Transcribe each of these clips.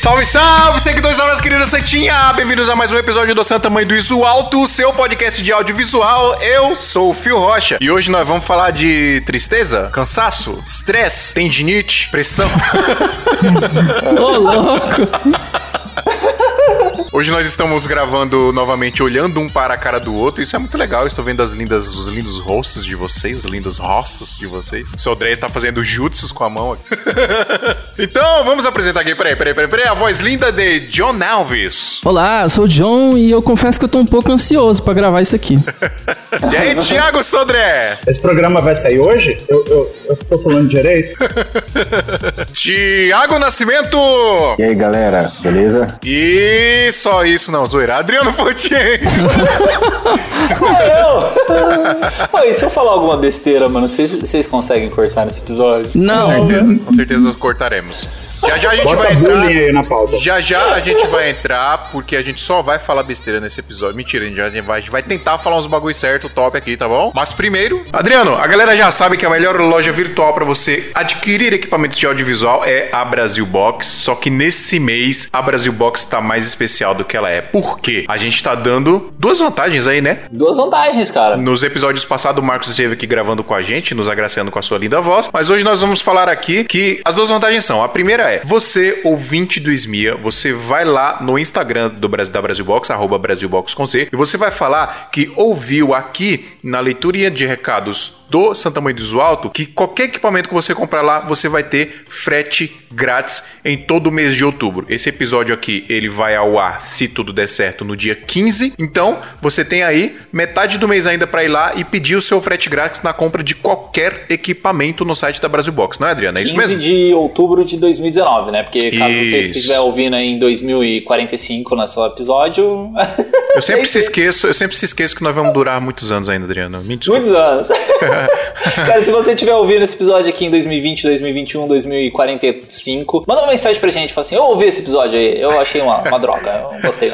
Salve, salve, seguidores da nossa querida Santinha! Bem-vindos a mais um episódio do Santa Mãe do Iso Alto, seu podcast de audiovisual. Eu sou o Fio Rocha e hoje nós vamos falar de tristeza, cansaço, estresse, tendinite, pressão. Ô, louco! Hoje nós estamos gravando novamente olhando um para a cara do outro. Isso é muito legal. Estou vendo os lindos rostos de vocês, lindos rostos de vocês. O seu André tá fazendo jutsus com a mão. Então, vamos apresentar aqui. Peraí. A voz linda de John Alves. Olá, eu sou o John e eu confesso que eu tô um pouco ansioso pra gravar isso aqui. E aí, Thiago Sodré? Esse programa vai sair hoje? Eu tô falando direito? Tiago Nascimento. E aí, galera, beleza? E só isso não, zoeira. Adriano Fontier. E se eu falar alguma besteira, mano, vocês conseguem cortar nesse episódio? Não. Com certeza cortaremos. Já a gente Bota vai entrar. Aí na pauta. Já a gente vai entrar, porque a gente só vai falar besteira nesse episódio. Mentira, a gente vai tentar falar uns bagulho certo, top aqui, tá bom? Mas primeiro, Adriano, a galera já sabe que a melhor loja virtual pra você adquirir equipamentos de audiovisual é a Brasil Box. Só que nesse mês, a Brasil Box tá mais especial do que ela é. Por quê? A gente tá dando duas vantagens aí, né? Duas vantagens, cara. Nos episódios passados, o Marcos esteve aqui gravando com a gente, nos agraciando com a sua linda voz. Mas hoje nós vamos falar aqui que as duas vantagens são: a primeira é, você, ouvinte do Esmia, você vai lá no Instagram da Brasil Box, @BrasilBox e você vai falar que ouviu aqui na leitura de recados do Santa Mãe do Iso Alto que qualquer equipamento que você comprar lá, você vai ter frete grátis em todo o mês de outubro. Esse episódio aqui, ele vai ao ar, se tudo der certo, no dia 15. Então, você tem aí metade do mês ainda para ir lá e pedir o seu frete grátis na compra de qualquer equipamento no site da Brasil Box. Não é, Adriana? É isso mesmo? 15 de outubro de 2019, né? Porque caso você estiver ouvindo aí em 2045 no seu episódio... Eu sempre se esqueço que nós vamos durar muitos anos ainda, Adriano. Me desculpa. Muitos anos. Cara, se você estiver ouvindo esse episódio aqui em 2020, 2021, 2045, manda uma mensagem pra gente, fala assim: eu ouvi esse episódio aí, eu achei uma droga, eu gostei.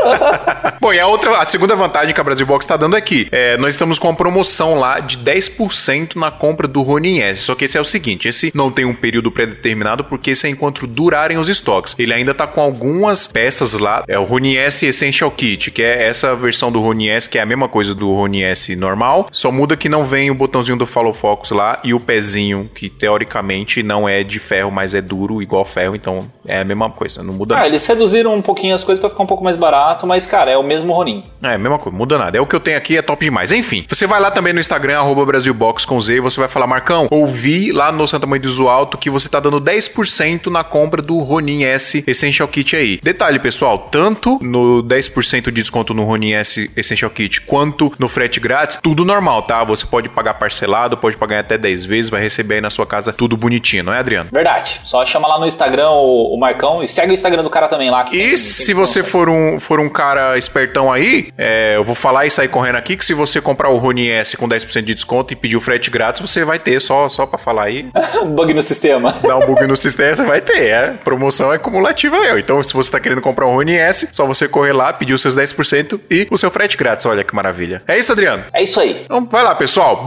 Bom, e a segunda vantagem que a Brasil Box tá dando é que nós estamos com uma promoção lá de 10% na compra do Ronin S. Só que esse é o seguinte, esse não tem um período pré-determinado, porque esse é enquanto durarem os estoques. Ele ainda tá com algumas peças lá, é o Ronin S Essential Kit, que é essa versão do Ronin S, que é a mesma coisa do Ronin S normal, só muda que não vem o botãozinho do Follow Focus lá e o pezinho, que teoricamente não é de ferro, mas é duro igual ferro, então é a mesma coisa, não muda nada. Eles reduziram um pouquinho as coisas pra ficar um pouco mais barato, mas, cara, é o mesmo Ronin. É a mesma coisa, muda nada. É o que eu tenho aqui, é top demais. Enfim, você vai lá também no Instagram, @BrasilBox com Z, você vai falar: Marcão, ouvi lá no Santa Mãe do Iso Alto que você tá dando 10% na compra do Ronin S Essential Kit aí. Detalhe, pessoal, tanto no 10% de desconto no Ronin S Essential Kit, quanto no frete grátis, tudo normal, tá? Você pode pagar parcelado, pode pagar até 10 vezes, vai receber aí na sua casa tudo bonitinho, não é, Adriano? Verdade. Só chama lá no Instagram o Marcão e segue o Instagram do cara também lá. E se você for um cara espertão aí, eu vou falar e sair correndo aqui, que se você comprar o Ronin S com 10% de desconto e pedir o frete grátis, você vai ter, só pra falar aí. Bug no sistema. Dá um bug no sistema, você vai ter, Promoção é cumulativa aí. Então, se você tá querendo comprar um Ronin S, só você correr lá, pedir os seus 10% e o seu frete grátis. Olha que maravilha. É isso, Adriano? É isso aí. Então, vai lá, pessoal.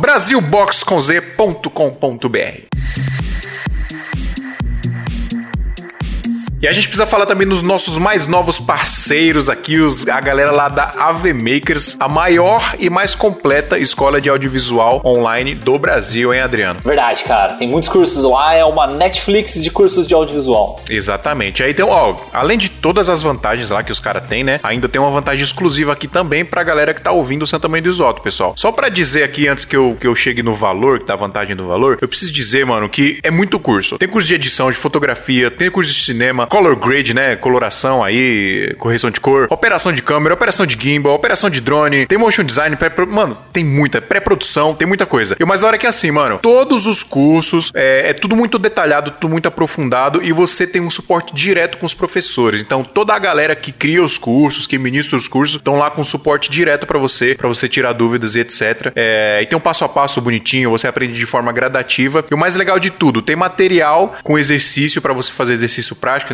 brasilboxconz.com.br. E a gente precisa falar também dos nossos mais novos parceiros aqui, a galera lá da AV Makers, a maior e mais completa escola de audiovisual online do Brasil, hein, Adriano? Verdade, cara. Tem muitos cursos lá, é uma Netflix de cursos de audiovisual. Exatamente. Aí tem, além de todas as vantagens lá que os caras têm, né, ainda tem uma vantagem exclusiva aqui também pra galera que tá ouvindo o Santa Mãe do Iso Alto, pessoal. Só pra dizer aqui, antes que eu chegue no valor, que tá a vantagem do valor, eu preciso dizer, mano, que é muito curso. Tem curso de edição, de fotografia, tem curso de cinema, color grade, né? Coloração aí, correção de cor, operação de câmera, operação de gimbal, operação de drone, tem motion design, mano, tem muita pré-produção, tem muita coisa. E o mais da hora é que assim, mano, todos os cursos, é tudo muito detalhado, tudo muito aprofundado e você tem um suporte direto com os professores. Então, toda a galera que cria os cursos, que ministra os cursos, estão lá com suporte direto pra você tirar dúvidas e etc. E tem um passo a passo bonitinho, você aprende de forma gradativa. E o mais legal de tudo, tem material com exercício pra você fazer exercício prático, né?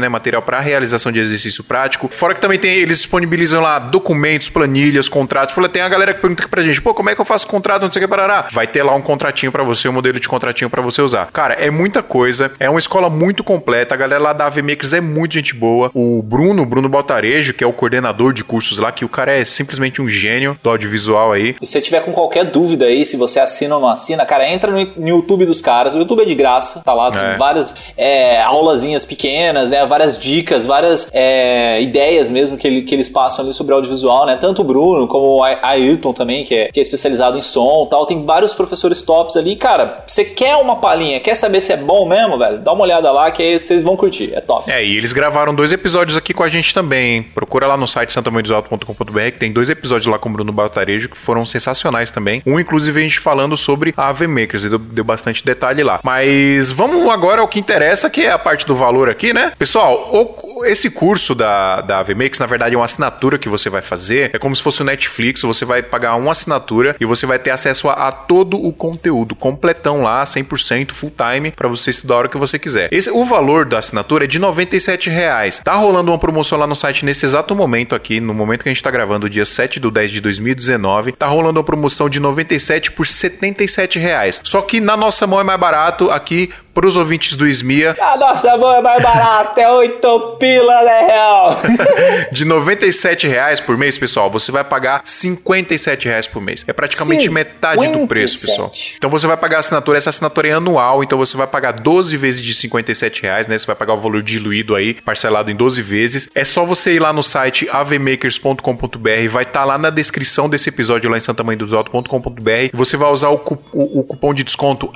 né? Material para realização de exercício prático. Fora que também eles disponibilizam lá documentos, planilhas, contratos. Tem a galera que pergunta aqui pra gente, pô, como é que eu faço contrato, não sei o que, parará? Vai ter lá um contratinho pra você, um modelo de contratinho pra você usar. Cara, é muita coisa, é uma escola muito completa, a galera lá da AV Makers é muito gente boa. O Bruno Baltarejo, que é o coordenador de cursos lá, que o cara é simplesmente um gênio do audiovisual aí. E se você tiver com qualquer dúvida aí, se você assina ou não assina, cara, entra no YouTube dos caras. O YouTube é de graça, tá lá, tem várias aulazinhas pequenas, né? Várias dicas, várias ideias mesmo que eles passam ali sobre audiovisual, né? Tanto o Bruno como o Ayrton também, que é especializado em som e tal. Tem vários professores tops ali. Cara, você quer uma palhinha, quer saber se é bom mesmo, velho? Dá uma olhada lá que aí vocês vão curtir, é top. E eles gravaram 2 episódios aqui com a gente também, hein? Procura lá no site santamanhodesalto.com.br que tem 2 episódios lá com o Bruno Baltarejo que foram sensacionais também. Um, inclusive, a gente falando sobre a AV Makers e deu bastante detalhe lá. Mas vamos agora ao que interessa, que é a parte do valor aqui, né? Pessoal, esse curso da AV Makers, na verdade, é uma assinatura que você vai fazer. É como se fosse o Netflix, você vai pagar uma assinatura e você vai ter acesso a todo o conteúdo completão lá, 100% full time, para você estudar a hora que você quiser. O valor da assinatura é de R$ 97,00. Tá rolando uma promoção lá no site nesse exato momento aqui, no momento que a gente tá gravando, dia 7/10/2019, tá rolando uma promoção de 97 por R$ 77,00. Só que na nossa mão é mais barato aqui para os ouvintes do SMIA. A nossa mão é mais barata, é 8 pila, né, real? De R$ 97,00 por mês, pessoal, você vai pagar R$ 57,00 por mês. É praticamente metade do preço, pessoal. Então você vai pagar a assinatura, essa assinatura é anual, então você vai pagar 12 vezes de R$ 57,00, né? Você vai pagar o valor diluído aí, parcelado em 12 vezes. É só você ir lá no site avmakers.com.br, vai estar lá na descrição desse episódio lá em santamanhodesalto.com.br e você vai usar o cupom de desconto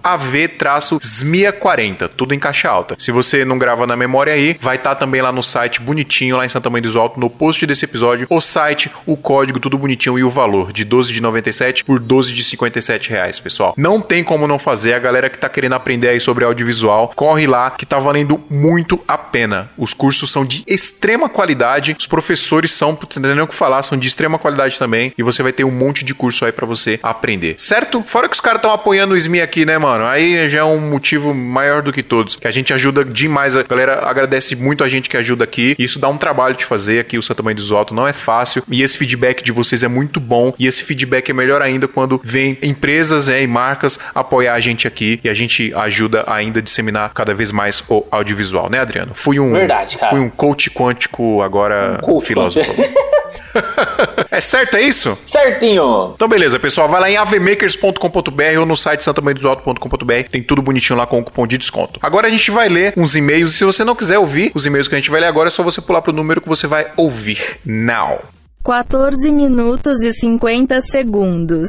AV-SMIA40, tudo em caixa alta. Se você não grava na memória aí, vai estar também lá no site bonitinho, lá em Santa Mãe do Alto, no post desse episódio, o site, o código, tudo bonitinho e o valor de 12 de 97 por 12 de 57,00, pessoal. Não tem como não fazer, a galera que tá querendo aprender aí sobre audiovisual, corre lá, que tá valendo muito a pena. Os cursos são de extrema qualidade, os professores são, não tem nem o que falar, são de extrema qualidade também, e você vai ter um monte de curso aí pra você aprender, certo? Fora que os caras estão apoiando o SMI aqui, né, mano? Aí já é um motivo maior do que todos, que a gente ajuda demais, a galera agradece muito a gente que ajuda aqui, e isso dá um trabalho de fazer aqui, o Santa Mãe do Alto não é fácil, e esse feedback de vocês é muito bom, e esse feedback é melhor ainda quando vem empresas e marcas apoiar a gente aqui, e a gente ajuda ainda a disseminar cada vez mais o audiovisual, né, Adriano? Verdade, cara. Fui um coach quântico, agora filósofo. É certo, é isso? Certinho! Então beleza, pessoal, vai lá em avmakers.com.br ou no site santamanhodesalto.com.br, tem tudo bonitinho lá com o cupom de desconto. Agora a gente vai ler uns e-mails, e se você não quiser ouvir os e-mails que a gente vai ler agora, é só você pular pro número que você vai ouvir now. 14 minutos e 50 segundos.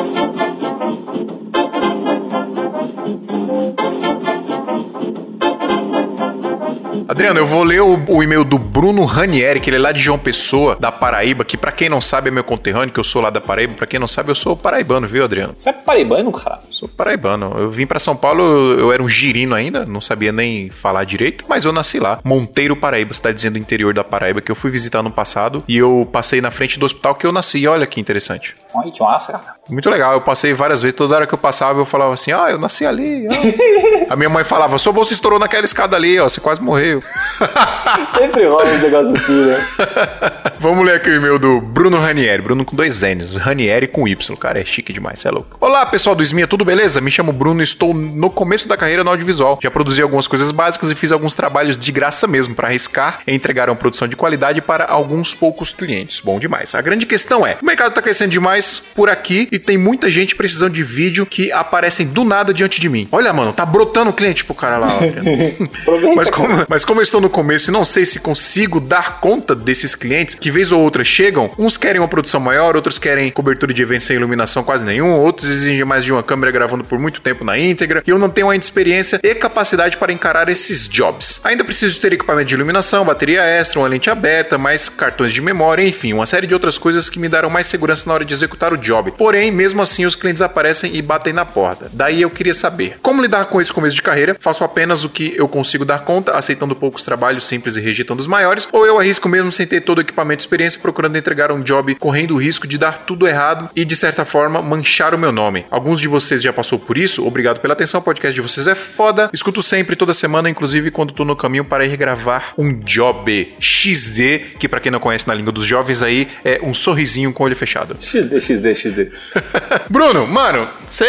Adriano, eu vou ler o e-mail do Bruno Ranieri, que ele é lá de João Pessoa, da Paraíba, que pra quem não sabe é meu conterrâneo, que eu sou lá da Paraíba. Pra quem não sabe, eu sou paraibano, viu, Adriano? Você é paraibano, cara? Sou paraibano. Eu vim pra São Paulo, eu era um girino ainda, não sabia nem falar direito, mas eu nasci lá. Monteiro, Paraíba, você tá dizendo interior da Paraíba, que eu fui visitar no passado, e eu passei na frente do hospital que eu nasci. Olha que interessante. Ai, que massa, cara. Muito legal, eu passei várias vezes, toda hora que eu passava eu falava assim, eu nasci ali. A minha mãe falava, sua bolsa estourou naquela escada ali, você quase morreu. Sempre rola uns negócios assim, né? Vamos ler aqui o e-mail do Bruno Ranieri, Bruno com 2 N's, Ranieri com Y, cara, é chique demais, é louco. Olá, pessoal do SMIA, tudo beleza? Me chamo Bruno e estou no começo da carreira no audiovisual. Já produzi algumas coisas básicas e fiz alguns trabalhos de graça mesmo para arriscar e entregar uma produção de qualidade para alguns poucos clientes. Bom demais. A grande questão é, o mercado tá crescendo demais por aqui e tem muita gente precisando de vídeo que aparecem do nada diante de mim. Olha, mano, tá brotando cliente pro cara lá. Mas como eu estou no começo e não sei se consigo dar conta desses clientes que vez ou outra chegam, uns querem uma produção maior, outros querem cobertura de eventos sem iluminação quase nenhum, outros exigem mais de uma câmera gravando por muito tempo na íntegra, e eu não tenho ainda experiência e capacidade para encarar esses jobs. Ainda preciso ter equipamento de iluminação, bateria extra, uma lente aberta, mais cartões de memória, enfim, uma série de outras coisas que me darão mais segurança na hora de executar executar o job. Porém, mesmo assim, os clientes aparecem e batem na porta. Daí eu queria saber, como lidar com esse começo de carreira? Faço apenas o que eu consigo dar conta, aceitando poucos trabalhos simples e rejeitando os maiores, ou eu arrisco mesmo sem ter todo o equipamento e experiência, procurando entregar um job correndo o risco de dar tudo errado e, de certa forma, manchar o meu nome. Alguns de vocês já passou por isso, obrigado pela atenção, o podcast de vocês é foda, escuto sempre, toda semana, inclusive quando tô no caminho para ir gravar um job XD, que pra quem não conhece na língua dos jovens aí, é um sorrisinho com o olho fechado. XD. Bruno, mano,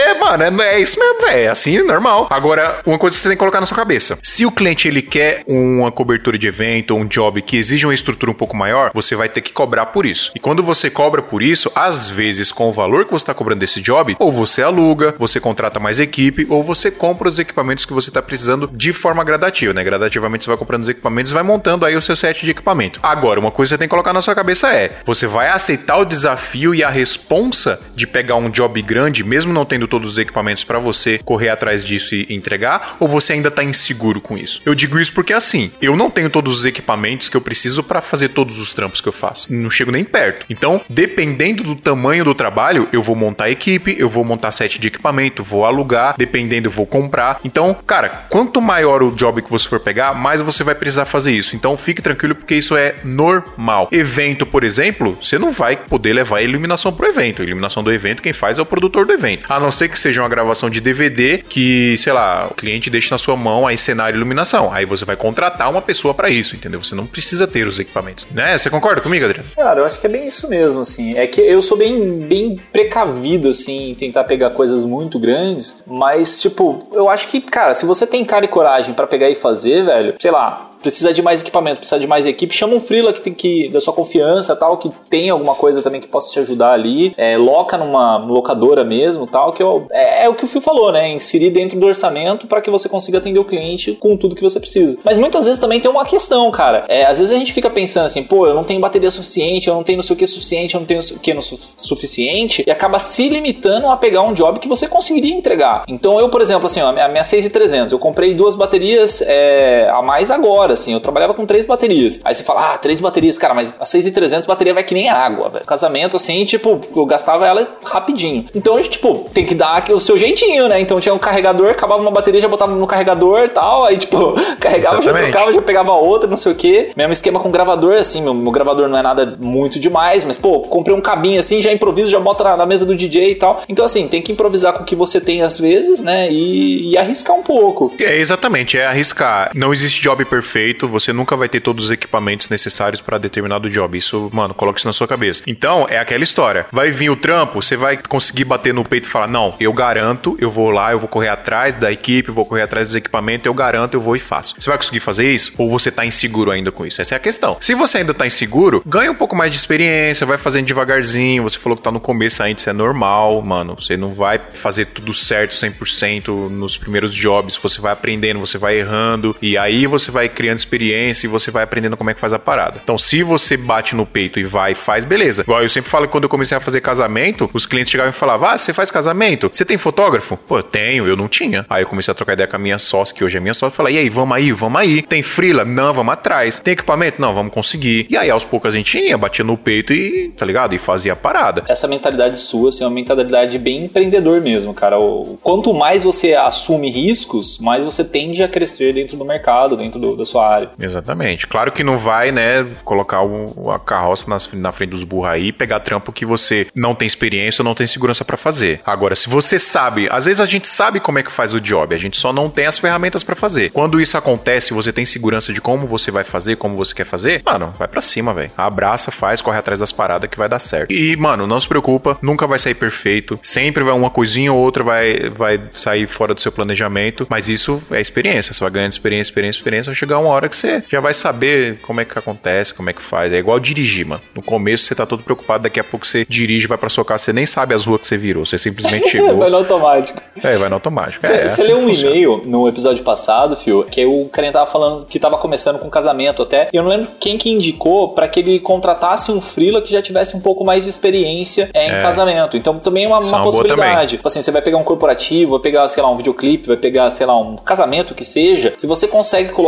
é isso mesmo, velho, é assim, normal. Agora, uma coisa que você tem que colocar na sua cabeça, se o cliente ele quer uma cobertura de evento ou um job que exige uma estrutura um pouco maior, você vai ter que cobrar por isso. E quando você cobra por isso, às vezes com o valor que você está cobrando desse job, ou você aluga, você contrata mais equipe, ou você compra os equipamentos que você está precisando de forma gradativa, né? Gradativamente você vai comprando os equipamentos e vai montando aí o seu set de equipamento. Agora, uma coisa que você tem que colocar na sua cabeça é, você vai aceitar o desafio e a responsa de pegar um job grande, mesmo não tendo todos os equipamentos para você correr atrás disso e entregar, ou você ainda está inseguro com isso? Eu digo isso porque assim, eu não tenho todos os equipamentos que eu preciso para fazer todos os trampos que eu faço. Não chego nem perto. Então, dependendo do tamanho do trabalho, eu vou montar equipe, eu vou montar set de equipamento, vou alugar, dependendo eu vou comprar. Então, cara, quanto maior o job que você for pegar, mais você vai precisar fazer isso. Então, fique tranquilo porque isso é normal. Evento, por exemplo, você não vai poder levar a iluminação pro evento. A iluminação do evento, quem faz é o produtor do evento. A não ser que seja uma gravação de DVD que, sei lá, o cliente deixa na sua mão aí cenário e iluminação. Aí você vai contratar uma pessoa para isso, entendeu? Você não precisa ter os equipamentos, né? Você concorda comigo, Adriano? Cara, eu acho que é bem isso mesmo, assim. É que eu sou bem precavido, assim, em tentar pegar coisas muito grandes, mas, tipo, eu acho que, cara, se você tem cara e coragem pra pegar e fazer, velho, sei lá, precisa de mais equipamento, precisa de mais equipe, chama um freela que tem que, da sua confiança, tal, que tem alguma coisa também que possa te ajudar ali, loca numa locadora mesmo, tal, que é o que o Phil falou, né, inserir dentro do orçamento para que você consiga atender o cliente com tudo que você precisa. Mas muitas vezes também tem uma questão, cara, às vezes a gente fica pensando assim, pô, eu não tenho bateria suficiente, eu não tenho não sei o que suficiente, eu não tenho o que suficiente, e acaba se limitando a pegar um job que você conseguiria entregar. Então eu, por exemplo, assim, ó, a minha 6300, eu comprei 2 baterias a mais agora, assim, eu trabalhava com 3 baterias. Aí você fala, 3 baterias, cara, mas a 6300 bateria vai que nem água, velho. Casamento, assim, tipo, eu gastava ela rapidinho. Então, a gente, tipo, tem que dar o seu jeitinho, né? Então tinha um carregador, acabava uma bateria, já botava no carregador e tal, aí, tipo, carregava, exatamente, já trocava, já pegava outra, não sei o quê. Mesmo esquema com gravador, assim, meu gravador não é nada muito demais, mas, pô, comprei um cabinho assim, já improviso, já bota na mesa do DJ e tal. Então, assim, tem que improvisar com o que você tem às vezes, né? E arriscar um pouco. Exatamente, é arriscar. Não existe job perfeito, você nunca vai ter todos os equipamentos necessários para determinado job. Isso, mano, coloca isso na sua cabeça. Então, é aquela história. Vai vir o trampo, você vai conseguir bater no peito e falar, não, eu garanto, eu vou lá, eu vou correr atrás da equipe, vou correr atrás dos equipamentos, eu garanto, eu vou e faço. Você vai conseguir fazer isso? Ou você tá inseguro ainda com isso? Essa é a questão. Se você ainda tá inseguro, ganha um pouco mais de experiência, vai fazendo devagarzinho, você falou que tá no começo ainda, isso é normal, mano. Você não vai fazer tudo certo 100% nos primeiros jobs, você vai aprendendo, você vai errando, e aí você vai criando experiência e você vai aprendendo como é que faz a parada. Então, se você bate no peito e vai e faz, beleza. Igual eu sempre falo que quando eu comecei a fazer casamento, os clientes chegavam e falavam, você faz casamento? Você tem fotógrafo? Pô, eu tenho, eu não tinha. Aí eu comecei a trocar ideia com a minha sócia, que hoje é minha sócia, e falei, e aí, vamos aí. Tem freela? Não, vamos atrás. Tem equipamento? Não, vamos conseguir. E aí, aos poucos a gente ia, batia no peito e, tá ligado? E fazia a parada. Essa mentalidade sua, assim, é uma mentalidade bem empreendedor mesmo, cara. Quanto mais você assume riscos, mais você tende a crescer dentro do mercado, dentro da sua área. Exatamente. Claro que não vai, né, colocar a carroça na frente dos burros aí e pegar trampo que você não tem experiência ou não tem segurança pra fazer. Agora, se você sabe, às vezes a gente sabe como é que faz o job, a gente só não tem as ferramentas pra fazer. Quando isso acontece, você tem segurança de como você vai fazer, como você quer fazer, mano, vai pra cima, velho. Abraça, faz, corre atrás das paradas que vai dar certo. E, mano, não se preocupa, nunca vai sair perfeito. Sempre vai uma coisinha ou outra vai sair fora do seu planejamento, mas isso é experiência. Você vai ganhando experiência, vai chegar uma hora que você já vai saber como é que acontece, como é que faz. É igual dirigir, mano. No começo você tá todo preocupado, daqui a pouco você dirige, vai pra sua casa, você nem sabe as ruas que você virou, você simplesmente chegou. Vai no automático. Vai no automático. Você assim leu um e-mail no episódio passado, Phil, que o carinha tava falando que tava começando com casamento até, e eu não lembro quem que indicou pra que ele contratasse um freela que já tivesse um pouco mais de experiência em casamento. Então também é uma possibilidade. Tipo assim, você vai pegar um corporativo, vai pegar, sei lá, um videoclipe, vai pegar, sei lá, um casamento que seja, se você consegue colocar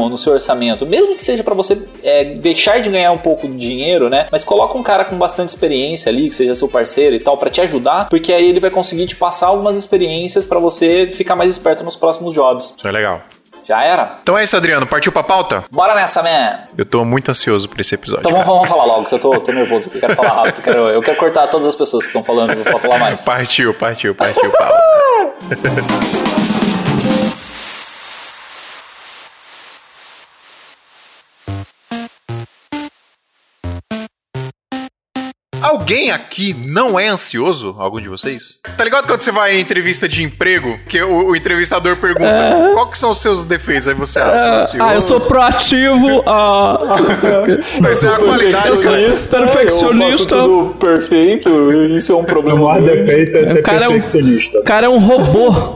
no seu orçamento, mesmo que seja pra você deixar de ganhar um pouco de dinheiro, né? Mas coloca um cara com bastante experiência ali, que seja seu parceiro e tal, pra te ajudar, porque aí ele vai conseguir te passar algumas experiências pra você ficar mais esperto nos próximos jobs. Isso é legal. Já era? Então é isso, Adriano. Partiu pra pauta? Bora nessa, man! Eu tô muito ansioso por esse episódio. Então vamos falar logo, que eu tô nervoso aqui. Quero falar rápido. Eu quero cortar todas as pessoas que estão falando. Vou falar mais. Partiu, pauta. Alguém aqui não é ansioso? Algum de vocês? Tá ligado quando você vai em entrevista de emprego, que o entrevistador pergunta qual que são os seus defeitos? Aí você, eu sou ansioso. Eu sou proativo. Mas é a qualidade. Eu sou perfeccionista. Eu faço tudo perfeito. Isso é um problema. O maior defeito é ser perfeccionista. O cara é um robô.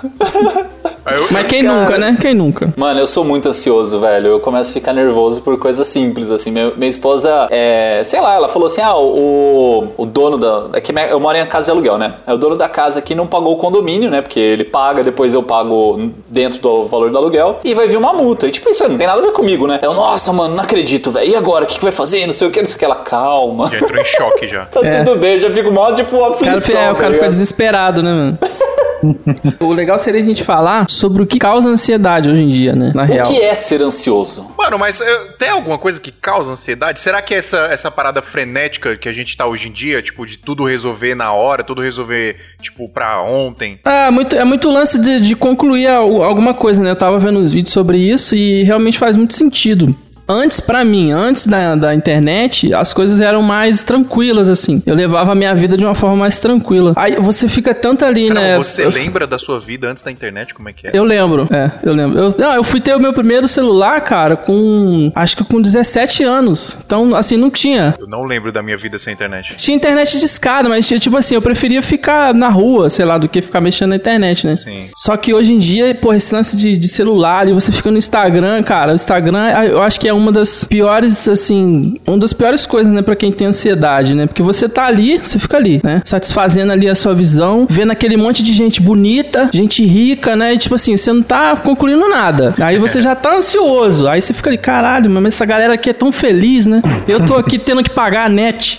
Mas quem nunca, né? Quem nunca? Mano, eu sou muito ansioso, velho. Eu começo a ficar nervoso por coisas simples, assim. Minha esposa, sei lá, ela falou assim, o dono da... Aqui eu moro em casa de aluguel, né? O dono da casa aqui não pagou o condomínio, né? Porque ele paga, depois eu pago dentro do valor do aluguel. E vai vir uma multa. E tipo, isso não tem nada a ver comigo, né? Nossa, mano, não acredito, velho. E agora? O que vai fazer? Não sei o que, não sei o que. Ela, calma. Já entrou em choque, já. Tá tudo bem, eu já fico mal, tipo, aflição. O cara fica desesperado, né, mano? O legal seria a gente falar sobre o que causa ansiedade hoje em dia, né? Na real. O que é ser ansioso? Mano, mas tem alguma coisa que causa ansiedade? Será que essa parada frenética que a gente tá hoje em dia, tipo, de tudo resolver na hora, tudo resolver, tipo, pra ontem? É muito lance de concluir alguma coisa, né? Eu tava vendo uns vídeos sobre isso e realmente faz muito sentido. Antes da internet, as coisas eram mais tranquilas, assim. Eu levava a minha vida de uma forma mais tranquila. Aí você fica tanto ali, né? Você lembra da sua vida antes da internet? Como é que é? Eu lembro. Eu fui ter o meu primeiro celular, cara, acho que com 17 anos. Então, assim, não tinha. Eu não lembro da minha vida sem internet. Tinha internet de escada, mas tipo assim, eu preferia ficar na rua, sei lá, do que ficar mexendo na internet, né? Sim. Só que hoje em dia, pô, esse lance de celular e você fica no Instagram, cara, o Instagram, eu acho que é uma das piores, assim, uma das piores coisas, né, pra quem tem ansiedade, né? Porque você tá ali, você fica ali, né? Satisfazendo ali a sua visão, vendo aquele monte de gente bonita, gente rica, né? E tipo assim, você não tá concluindo nada. Aí você já tá ansioso. Aí você fica ali, caralho, mas essa galera aqui é tão feliz, né? Eu tô aqui tendo que pagar a net.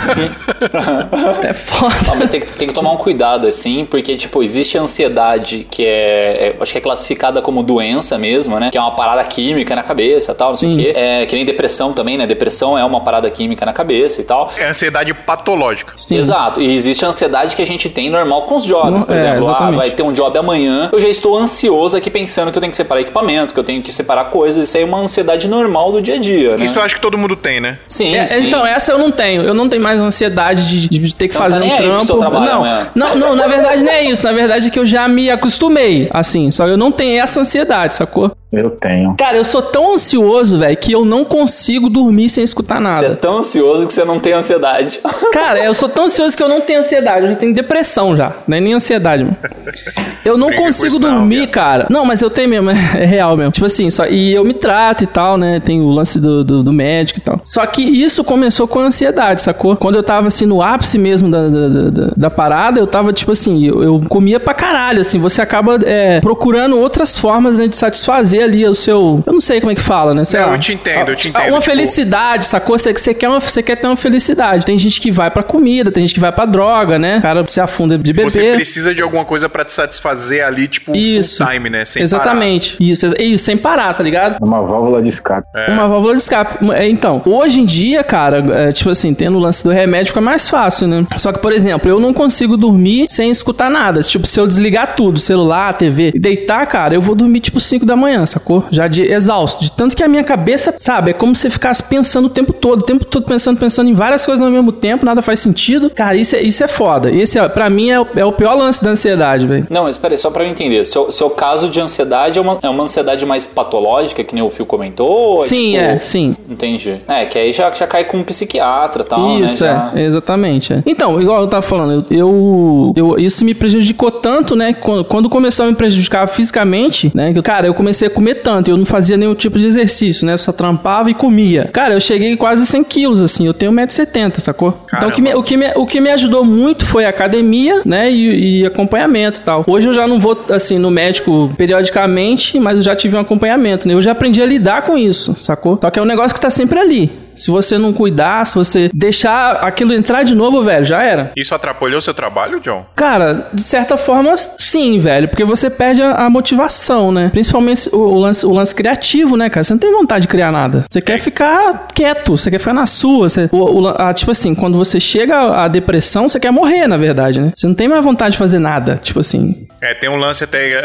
É foda. Mas tem que tomar um cuidado, assim, porque, tipo, existe a ansiedade que acho que é classificada como doença mesmo, né? Que é uma parada química na cabeça e tal, não sei o quê. Que nem depressão também, né? Depressão é uma parada química na cabeça e tal. É ansiedade patológica. Sim. Exato. E existe a ansiedade que a gente tem normal com os jobs. Por exemplo, vai ter um job amanhã, eu já estou ansioso aqui pensando que eu tenho que separar equipamento, que eu tenho que separar coisas. Isso aí é uma ansiedade normal do dia a dia, né? Isso eu acho que todo mundo tem, né? Sim, sim. Então, essa eu não tenho. Eu não tenho mais ansiedade de ter que fazer um trampo. Não, na verdade não é isso. Na verdade é que eu já me acostumei, assim. Só eu não tenho essa ansiedade, sacou? Eu tenho. Cara, eu sou tão ansioso, velho, que eu não consigo dormir sem escutar nada. Você é tão ansioso que você não tem ansiedade. Cara, eu sou tão ansioso que eu não tenho ansiedade. Eu já tenho depressão já. Não é nem ansiedade, mano. Eu não consigo dormir, cara. Não, mas eu tenho mesmo. É real mesmo. Tipo assim, e eu me trato e tal, né? Tem o lance do médico e tal. Só que isso começou com a ansiedade, sacou? Quando eu tava, assim, no ápice mesmo da parada, eu tava, tipo assim, eu comia pra caralho, assim. Você acaba procurando outras formas, né, de satisfazer ali o seu... Eu não sei como é que fala, né? Sei lá. Eu te entendo. Uma felicidade, sacou? Você quer ter uma felicidade. Tem gente que vai pra comida, tem gente que vai pra droga, né? O cara se afunda de beber. Você precisa de alguma coisa pra te satisfazer ali, tipo, full time, né? Sem exatamente. Parar. Isso, sem parar, tá ligado? Uma válvula de escape. Uma válvula de escape. Então, hoje em dia, cara, tipo assim, tendo o lance do remédio fica mais fácil, né? Só que, por exemplo, eu não consigo dormir sem escutar nada. Tipo, se eu desligar tudo, celular, TV, e deitar, cara, eu vou dormir tipo 5 da manhã, sacou? Já de exausto. De tanto que a minha cabeça, sabe, é como se você ficasse pensando o tempo todo pensando em várias coisas ao mesmo tempo, nada faz sentido. Cara, isso é foda. Esse, pra mim, é o pior lance da ansiedade, velho. Não, mas peraí, só pra eu entender. Seu caso de ansiedade é uma ansiedade mais patológica, que nem o Phil comentou? Sim, sim. Entendi. Que aí já cai com um psiquiatra e tal, isso, né? Exatamente. Então, igual eu tava falando, isso me prejudicou tanto, né? Quando começou a me prejudicar fisicamente, né? Cara, eu comecei a comer tanto. Eu não fazia nenhum tipo de exercício, né? Só trampava e comia. Cara, eu cheguei quase 100 quilos, assim. Eu tenho 1,70 m, sacou? Caramba. Então o que me ajudou muito foi a academia, né? E acompanhamento e tal. Hoje eu já não vou, assim, no médico periodicamente, mas eu já tive um acompanhamento, né? Eu já aprendi a lidar com isso, sacou? Só que é um negócio que tá sempre ali. Se você não cuidar, se você deixar aquilo entrar de novo, velho, já era. Isso atrapalhou seu trabalho, John? Cara, de certa forma, sim, velho. Porque você perde a motivação, né? Principalmente o lance criativo, né, cara? Você não tem vontade de criar nada. Você quer ficar quieto, você quer ficar na sua. Tipo assim, quando você chega à depressão, você quer morrer, na verdade, né? Você não tem mais vontade de fazer nada, tipo assim. Tem um lance até...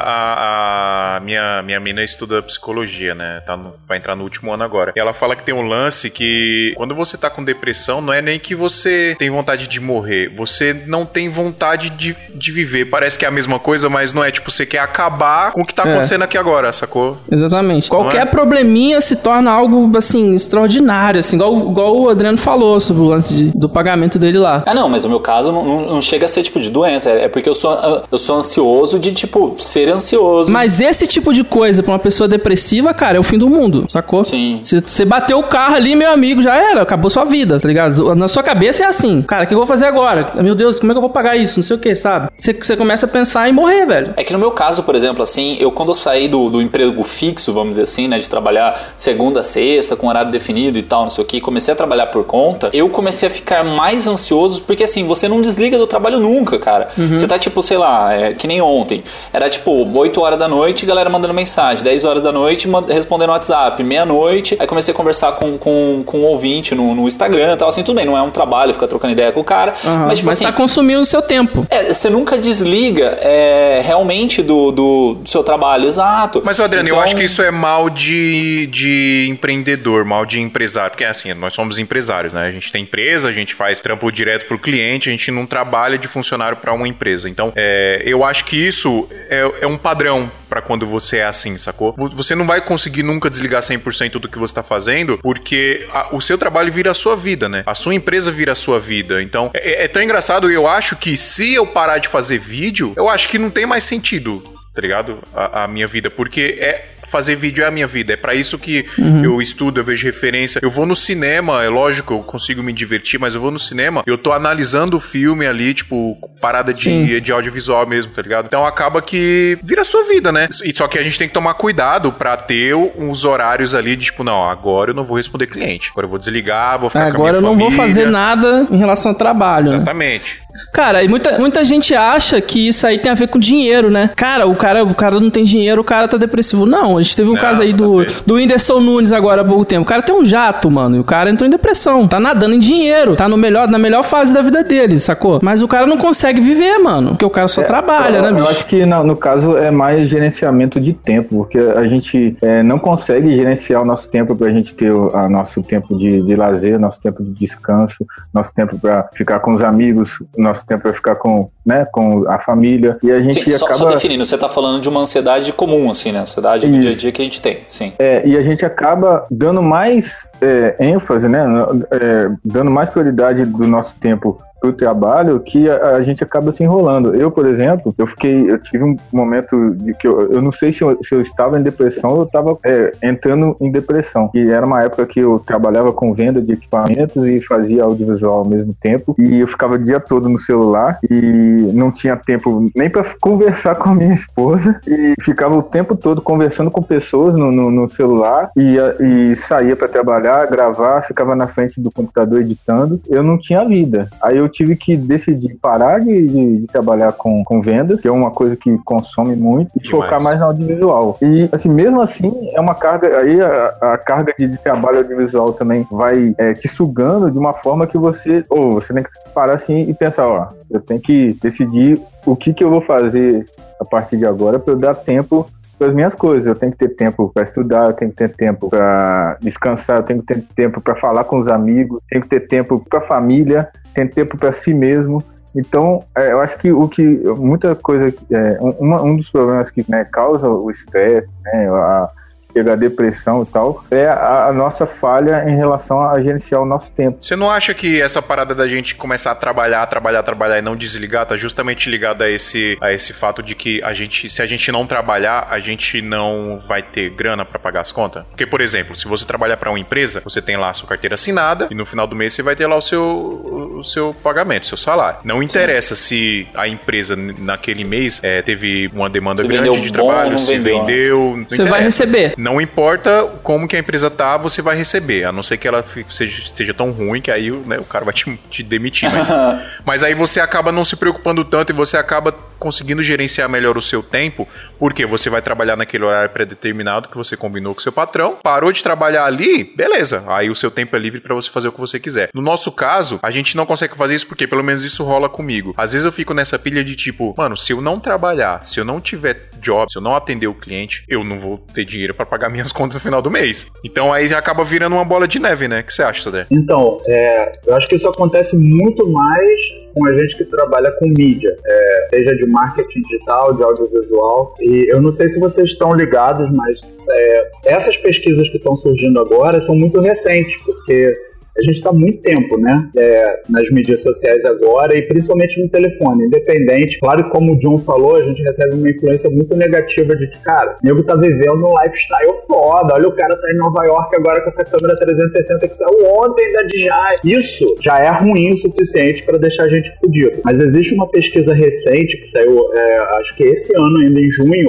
A minha mina estuda psicologia, né? Vai entrar no último ano agora. E ela fala que tem um lance que quando você tá com depressão, não é nem que você tem vontade de morrer, você não tem vontade de viver. Parece que é a mesma coisa, mas não é. Tipo, você quer acabar com o que tá acontecendo aqui agora, sacou? Exatamente. Qualquer probleminha se torna algo, assim, extraordinário, assim, igual o Adriano falou sobre o lance do pagamento dele lá. Não, mas o meu caso não chega a ser tipo de doença, é porque eu sou ansioso de, tipo, ser ansioso. Mas esse tipo de coisa pra uma pessoa depressiva, cara, é o fim do mundo, sacou? Sim. Você bateu o carro ali, meu amigo, já era, acabou sua vida, tá ligado? Na sua cabeça é assim, cara, o que eu vou fazer agora? Meu Deus, como é que eu vou pagar isso? Não sei o que, sabe? Você começa a pensar em morrer, velho. É que no meu caso, por exemplo, assim, quando eu saí do emprego fixo, vamos dizer assim, né, de trabalhar segunda a sexta, com horário definido e tal, não sei o que, comecei a trabalhar por conta, eu comecei a ficar mais ansioso, porque assim, você não desliga do trabalho nunca, cara. Você tá tipo, sei lá, que nem ontem, era tipo 8 horas da noite, galera mandando mensagem, 10 horas da noite, respondendo WhatsApp, meia-noite, aí comecei a conversar com um ouvinte no Instagram e tal, assim, tudo bem, não é um trabalho ficar trocando ideia com o cara, mas tipo assim... tá consumindo o seu tempo. Você nunca desliga realmente do seu trabalho, exato. Mas, Adriano, então... eu acho que isso é mal de empreendedor, mal de empresário, porque assim, nós somos empresários, né? A gente tem empresa, a gente faz trampo direto pro cliente, a gente não trabalha de funcionário pra uma empresa. Então, eu acho que isso é um padrão pra quando você é assim, sacou? Você não vai conseguir nunca desligar 100% do que você tá fazendo, porque o seu trabalho vira a sua vida, né? A sua empresa vira a sua vida. Então, é tão engraçado, eu acho que se eu parar de fazer vídeo, eu acho que não tem mais sentido, tá ligado? A minha vida, porque fazer vídeo é a minha vida, é pra isso que eu estudo, eu vejo referência, eu vou no cinema, é lógico, eu consigo me divertir, mas eu vou no cinema, eu tô analisando o filme ali, tipo, parada de audiovisual mesmo, tá ligado? Então acaba que vira a sua vida, né? E só que a gente tem que tomar cuidado pra ter uns horários ali de tipo, não, agora eu não vou responder cliente, agora eu vou desligar, vou ficar com a minha família. Agora eu não vou fazer nada em relação ao trabalho. Exatamente. Né? Cara, e muita gente acha que isso aí tem a ver com dinheiro, né? Cara, o cara não tem dinheiro, o cara tá depressivo. Não, a gente teve um caso aí do Whindersson Nunes agora há pouco tempo. O cara tem um jato, mano, e o cara entrou em depressão. Tá nadando em dinheiro, tá na melhor fase da vida dele, sacou? Mas o cara não consegue viver, mano, porque o cara só trabalha, né, bicho? Eu acho que no caso é mais gerenciamento de tempo, porque a gente não consegue gerenciar o nosso tempo pra gente ter o nosso tempo de lazer, nosso tempo de descanso, nosso tempo pra ficar com os amigos, nosso tempo pra ficar com a família, e a gente acaba... Só definindo, você tá falando de uma ansiedade comum, assim, né? Ansiedade do dia a dia que a gente tem, sim. E a gente acaba dando mais ênfase, né? Dando mais prioridade do nosso tempo pro trabalho, que a gente acaba se enrolando. Eu, por exemplo, eu tive um momento de que eu não sei se eu estava em depressão ou eu estava entrando em depressão. E era uma época que eu trabalhava com venda de equipamentos e fazia audiovisual ao mesmo tempo, e eu ficava o dia todo no celular e não tinha tempo nem para conversar com a minha esposa, e ficava o tempo todo conversando com pessoas no celular, e saía para trabalhar, gravar, ficava na frente do computador editando. Eu não tinha vida. Aí eu tive que decidir parar de trabalhar com vendas, que é uma coisa que consome muito, e focar mais no audiovisual. E, assim, mesmo assim, é uma carga, aí a carga de trabalho audiovisual também vai te sugando de uma forma que você tem que parar assim e pensar, eu tenho que decidir o que eu vou fazer a partir de agora para eu dar tempo para as minhas coisas. Eu tenho que ter tempo para estudar, eu tenho que ter tempo para descansar, eu tenho que ter tempo para falar com os amigos, tenho que ter tempo para a família, tem tempo para si mesmo. Então, eu acho que muita coisa, um dos problemas que causa o estresse, né, pegar depressão e tal, é a nossa falha em relação a gerenciar o nosso tempo. Você não acha que essa parada da gente começar a trabalhar e não desligar tá justamente ligado a esse fato de que se a gente não trabalhar, a gente não vai ter grana pra pagar as contas? Porque, por exemplo, se você trabalhar pra uma empresa, você tem lá a sua carteira assinada e no final do mês você vai ter lá o seu pagamento, o seu salário. Não interessa se a empresa naquele mês teve uma demanda grande de trabalho, se vendeu, não você vai receber. Não importa como que a empresa tá, você vai receber, a não ser que ela esteja tão ruim que aí, né, o cara vai te demitir. Mas aí você acaba não se preocupando tanto e você acaba conseguindo gerenciar melhor o seu tempo, porque você vai trabalhar naquele horário pré-determinado que você combinou com o seu patrão, parou de trabalhar ali, beleza, aí o seu tempo é livre pra você fazer o que você quiser. No nosso caso, a gente não consegue fazer isso porque pelo menos isso rola comigo. Às vezes eu fico nessa pilha de tipo, mano, se eu não trabalhar, se eu não tiver job, se eu não atender o cliente, eu não vou ter dinheiro pra pagar minhas contas no final do mês. Então aí já acaba virando uma bola de neve, né? O que você acha, Sodré? Então, eu acho que isso acontece muito mais com a gente que trabalha com mídia, seja de marketing digital, de audiovisual, e eu não sei se vocês estão ligados, mas essas pesquisas que estão surgindo agora são muito recentes, porque a gente está há muito tempo, né, nas mídias sociais agora e principalmente no telefone, independente. Claro que, como o John falou, a gente recebe uma influência muito negativa de que, cara, o nego tá vivendo um lifestyle foda, olha, o cara tá em Nova York agora com essa câmera 360 que saiu ontem da DJI. Isso já é ruim o suficiente para deixar a gente fudido. Mas existe uma pesquisa recente que saiu, acho que esse ano ainda, em junho,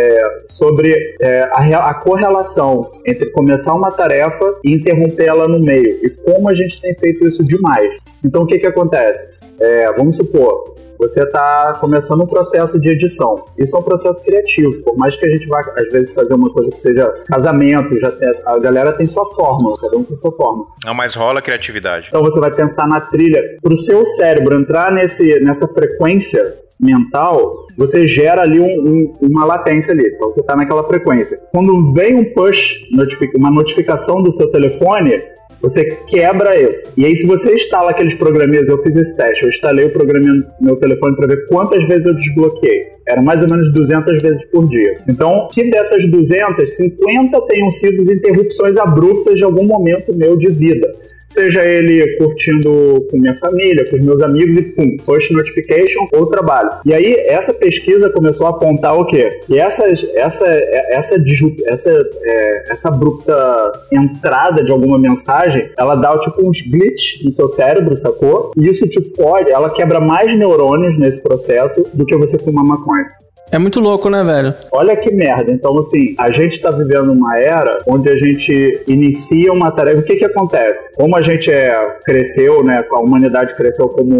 sobre a correlação entre começar uma tarefa e interromper ela no meio, e como a gente tem feito isso demais. Então, o que acontece? Vamos supor, você está começando um processo de edição. Isso é um processo criativo. Por mais que a gente vá, às vezes, fazer uma coisa que seja casamento, a galera tem sua fórmula, cada um tem sua fórmula. Não, mas rola criatividade. Então, você vai pensar na trilha. Para o seu cérebro entrar nessa frequência mental, você gera ali uma latência ali. Então, você está naquela frequência. Quando vem um push, uma notificação do seu telefone, você quebra isso. E aí, se você instala aqueles programinhas, eu fiz esse teste, eu instalei o programinha no meu telefone para ver quantas vezes eu desbloqueei. Era mais ou menos 200 vezes por dia. Então, que dessas 200, 50 tenham sido interrupções abruptas de algum momento meu de vida. Seja ele curtindo com minha família, com os meus amigos e pum, push notification ou trabalho. E aí, essa pesquisa começou a apontar o quê? Que essa abrupta entrada de alguma mensagem, ela dá tipo uns glitch no seu cérebro, sacou? E isso te fode, ela quebra mais neurônios nesse processo do que você fumar maconha. É muito louco, né, velho? Olha que merda. Então, assim, a gente tá vivendo uma era onde a gente inicia uma tarefa. O que acontece? Como a gente cresceu, né, a humanidade cresceu como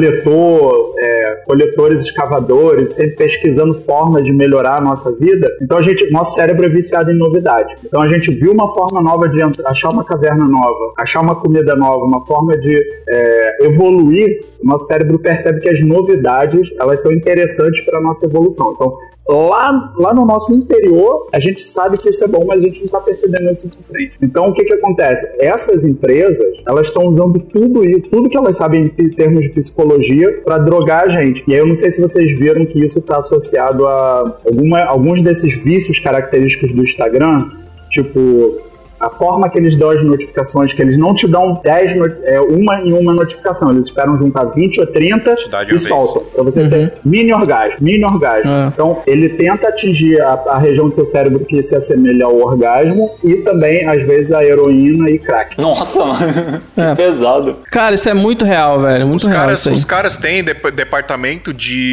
coletores, escavadores, sempre pesquisando formas de melhorar a nossa vida, então nosso cérebro é viciado em novidade. Então, a gente viu uma forma nova de achar uma caverna nova, achar uma comida nova, uma forma de evoluir. O nosso cérebro percebe que as novidades, elas são interessantes para a nossa evolução. Então, lá no nosso interior, a gente sabe que isso é bom, mas a gente não está percebendo isso de frente. Então, o que acontece? Essas empresas, elas estão usando tudo que elas sabem em termos de psicologia para drogar a gente. E aí eu não sei se vocês viram que isso está associado a alguns desses vícios característicos do Instagram, tipo a forma que eles dão as notificações, que eles não te dão 10 uma notificação, eles esperam juntar 20 ou 30 e soltam, pra você ter mini orgasmo. Então, ele tenta atingir a região do seu cérebro que se assemelha ao orgasmo e também, às vezes, a heroína e crack. Nossa, mano, que pesado. Cara, isso é muito real, velho, muito real. Os caras têm departamento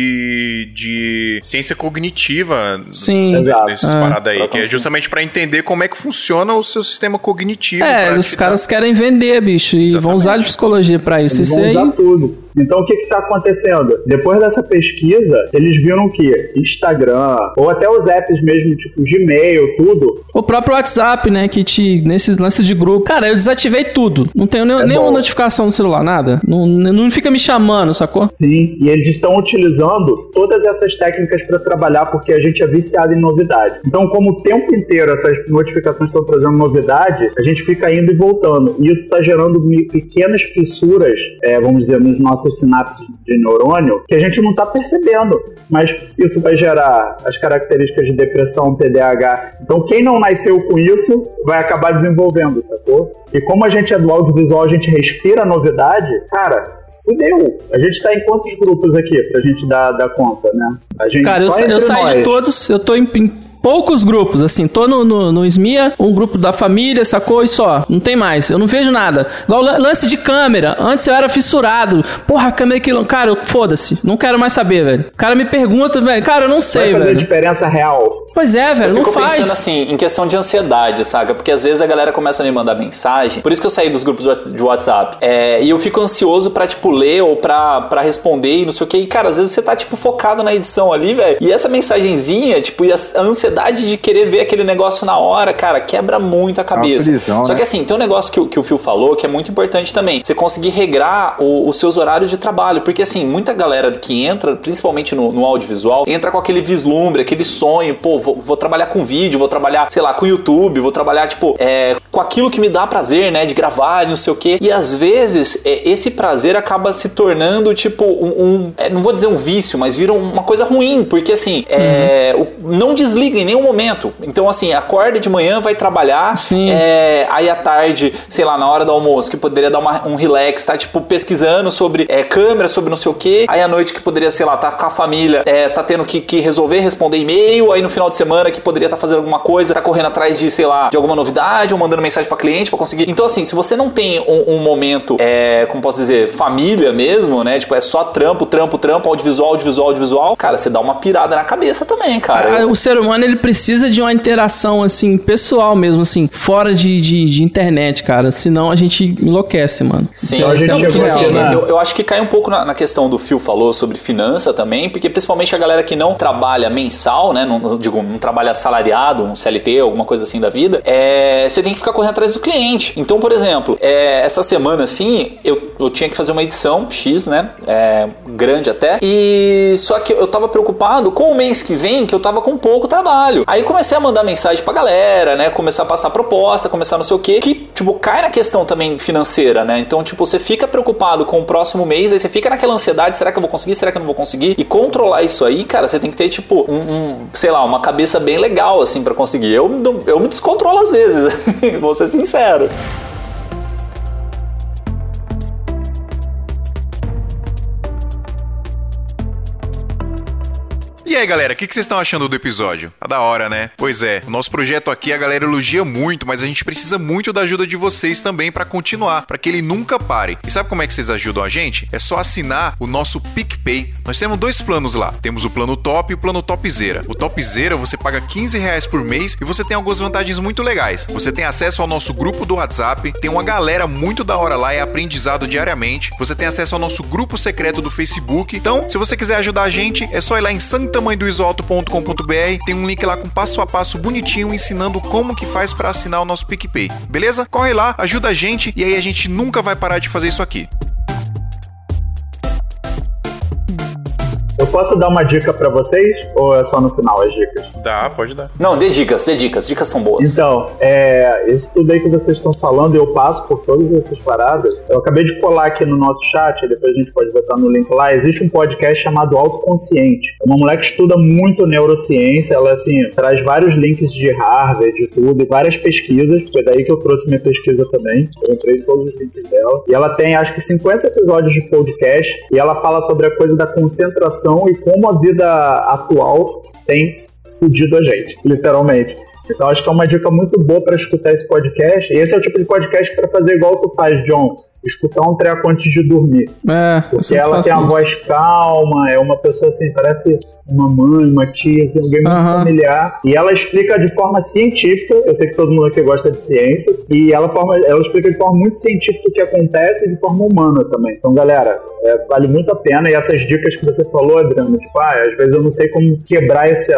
de ciência cognitiva. Sim. Nessas paradas aí, que é justamente pra entender como é que funciona o seu sistema cognitivo. Os caras querem vender, bicho, e vão usar de psicologia pra isso. Eles vão usar tudo. Então, o que está acontecendo? Depois dessa pesquisa, eles viram que Instagram, ou até os apps mesmo, tipo Gmail, tudo. O próprio WhatsApp, né, que nesses lances de grupo. Cara, eu desativei tudo. Não tenho nenhuma notificação no celular, nada. Não fica me chamando, sacou? Sim, e eles estão utilizando todas essas técnicas para trabalhar, porque a gente é viciado em novidade. Então, como o tempo inteiro essas notificações estão trazendo novidade, novidade, a gente fica indo e voltando. E isso está gerando pequenas fissuras, vamos dizer, nos nossos sinapses de neurônio, que a gente não está percebendo. Mas isso vai gerar as características de depressão, TDAH. Então, quem não nasceu com isso vai acabar desenvolvendo, sacou? E como a gente é do audiovisual, a gente respira a novidade, cara, fudeu. A gente tá em quantos grupos aqui pra gente dar conta, né? A gente, cara, eu saí de todos, eu tô em poucos grupos, assim, tô no SMIA, um grupo da família, sacou? E só, não tem mais, eu não vejo nada. Igual lance de câmera, antes eu era fissurado, porra, a câmera que... Cara, foda-se, não quero mais saber, velho. O cara me pergunta, velho, cara, eu não sei, velho. Vai fazer diferença real. Pois é, velho, não faz. Eu fico pensando assim, em questão de ansiedade, saca? Porque às vezes a galera começa a me mandar mensagem, por isso que eu saí dos grupos de WhatsApp, e eu fico ansioso pra, tipo, ler ou pra responder e não sei o que, e cara, às vezes você tá, tipo, focado na edição ali, velho, e essa mensagenzinha, tipo, e a ansiedade de querer ver aquele negócio na hora, cara, quebra muito a cabeça. Prisão, só que assim, tem um negócio que o Phil falou que é muito importante também, você conseguir regrar os seus horários de trabalho, porque assim, muita galera que entra, principalmente no audiovisual, entra com aquele vislumbre, aquele sonho, pô, vou trabalhar com vídeo, vou trabalhar, sei lá, com YouTube, vou trabalhar, tipo, com aquilo que me dá prazer, né, de gravar, não sei o quê, e às vezes esse prazer acaba se tornando, tipo, não vou dizer um vício, mas vira uma coisa ruim, porque assim, não desliga em nenhum momento. Então, assim, acorda de manhã, vai trabalhar, aí à tarde, sei lá, na hora do almoço, que poderia dar um relax, tá, tipo, pesquisando sobre câmera, sobre não sei o quê, aí à noite que poderia, sei lá, tá com a família, tá tendo que resolver, responder e-mail, aí no final de semana que poderia estar fazendo alguma coisa, tá correndo atrás de, sei lá, de alguma novidade, ou mandando mensagem pra cliente pra conseguir. Então, assim, se você não tem um momento, como posso dizer, família mesmo, né, tipo, é só trampo, audiovisual, cara, você dá uma pirada na cabeça também, cara. O ser humano, ele precisa de uma interação, assim, pessoal mesmo, assim, fora de internet, cara. Senão a gente enlouquece, mano. Sim, eu acho que cai um pouco na questão do Phil falou sobre finança também, porque principalmente a galera que não trabalha mensal, né, não trabalha assalariado, um CLT, alguma coisa assim da vida, você tem que ficar correndo atrás do cliente. Então, por exemplo, essa semana, assim, eu tinha que fazer uma edição X, né, grande até, e só que eu tava preocupado com o mês que vem, que eu tava com pouco trabalho. Aí comecei a mandar mensagem pra galera, né? Começar a passar proposta, começar não sei o quê. Que, tipo, cai na questão também financeira, né? Então, tipo, você fica preocupado com o próximo mês, aí você fica naquela ansiedade, será que eu vou conseguir? Será que eu não vou conseguir? E controlar isso aí, cara, você tem que ter, tipo, sei lá, uma cabeça bem legal, assim, pra conseguir. Eu me descontrolo às vezes, vou ser sincero. E aí, galera, o que vocês estão achando do episódio? Tá da hora, né? Pois é, o nosso projeto aqui a galera elogia muito, mas a gente precisa muito da ajuda de vocês também pra continuar, pra que ele nunca pare. E sabe como é que vocês ajudam a gente? É só assinar o nosso PicPay. Nós temos 2 planos lá. Temos o plano Top e o plano Topzera. O Topzera você paga R$15 por mês e você tem algumas vantagens muito legais. Você tem acesso ao nosso grupo do WhatsApp, tem uma galera muito da hora lá, é aprendizado diariamente. Você tem acesso ao nosso grupo secreto do Facebook. Então, se você quiser ajudar a gente, é só ir lá em santamanhodoisoalto.com.br, tem um link lá com passo a passo bonitinho ensinando como que faz para assinar o nosso PicPay, beleza? Corre lá, ajuda a gente e aí a gente nunca vai parar de fazer isso aqui. Eu posso dar uma dica pra vocês? Ou é só no final as dicas? Dá, pode dar. Não, dê dicas, dicas são boas. Então, esse tudo aí que vocês estão falando, eu passo por todas essas paradas. Eu acabei de colar aqui no nosso chat, depois a gente pode botar no link lá. Existe um podcast chamado Autoconsciente. É uma mulher que estuda muito neurociência, ela, assim, traz vários links de Harvard, de tudo, e várias pesquisas, foi daí que eu trouxe minha pesquisa também. Eu entrei em todos os links dela. E ela tem, acho que 50 episódios de podcast, e ela fala sobre a coisa da concentração e como a vida atual tem fudido a gente, literalmente. Então acho que é uma dica muito boa para escutar esse podcast. E esse é o tipo de podcast para fazer igual tu faz, John. Escutar um treco antes de dormir. Porque ela tem a voz calma, é uma pessoa assim, parece uma mãe, uma tia, assim, alguém muito familiar. E ela explica de forma científica, eu sei que todo mundo aqui gosta de ciência, e ela explica de forma muito científica o que acontece e de forma humana também. Então, galera, vale muito a pena. E essas dicas que você falou, Adriano, tipo, às vezes eu não sei como quebrar esse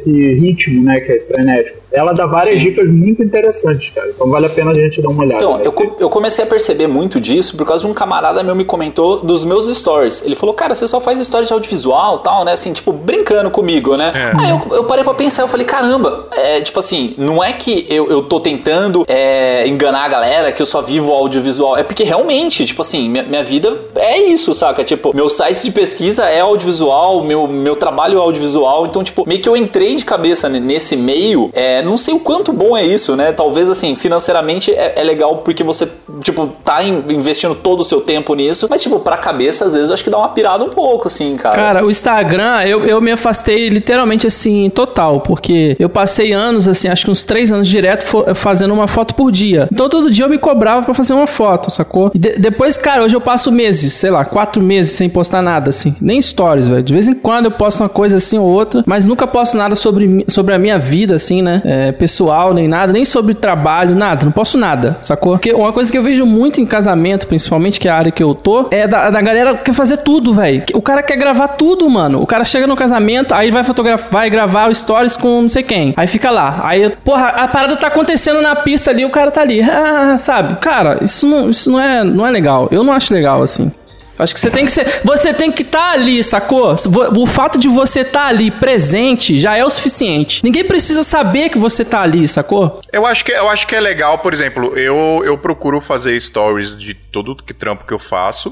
ritmo, né, que é frenético. Ela dá várias dicas muito interessantes, cara. Então vale a pena a gente dar uma olhada. Então, eu comecei a perceber muito disso por causa de um camarada meu me comentou dos meus stories. Ele falou, cara, você só faz stories de audiovisual e tal, né? Assim, tipo, brincando comigo, né? Aí eu parei pra pensar, eu falei, caramba, tipo assim, não é que eu tô tentando enganar a galera que eu só vivo audiovisual, é porque realmente, tipo assim, minha vida é isso, saca? Tipo, meu site de pesquisa é audiovisual, meu trabalho é audiovisual, então, tipo, meio que eu entrei de cabeça nesse meio, não sei o quanto bom é isso, né? Talvez, assim, financeiramente é legal porque você, tipo, tá investindo todo o seu tempo nisso, mas, tipo, pra cabeça, às vezes, eu acho que dá uma pirada um pouco, assim, cara. Cara, o Instagram, eu me afastei literalmente, assim, total, porque eu passei anos, assim, acho que uns 3 anos direto fazendo uma foto por dia. Então, todo dia eu me cobrava pra fazer uma foto, sacou? E depois, cara, hoje eu passo meses, sei lá, 4 meses sem postar nada, assim, nem stories, velho. De vez em quando eu posto uma coisa assim ou outra, mas nunca posto nada sobre a minha vida, assim, né? Pessoal, nem nada, nem sobre trabalho, nada, não posto nada, sacou? Porque uma coisa que eu vejo muito em casamento, principalmente, que é a área que eu tô, é da galera que quer fazer tudo, velho. O cara quer gravar tudo, mano. O cara chega no casamento, aí vai gravar o stories com não sei quem. Aí fica lá. Aí, porra, a parada tá acontecendo na pista ali, o cara tá ali. Sabe? Cara, isso não é legal. Eu não acho legal, assim. Acho que você tem que estar ali, sacou? O fato de você estar ali presente já é o suficiente. Ninguém precisa saber que você tá ali, sacou? Eu acho que é legal, por exemplo, eu procuro fazer stories de todo que trampo que eu faço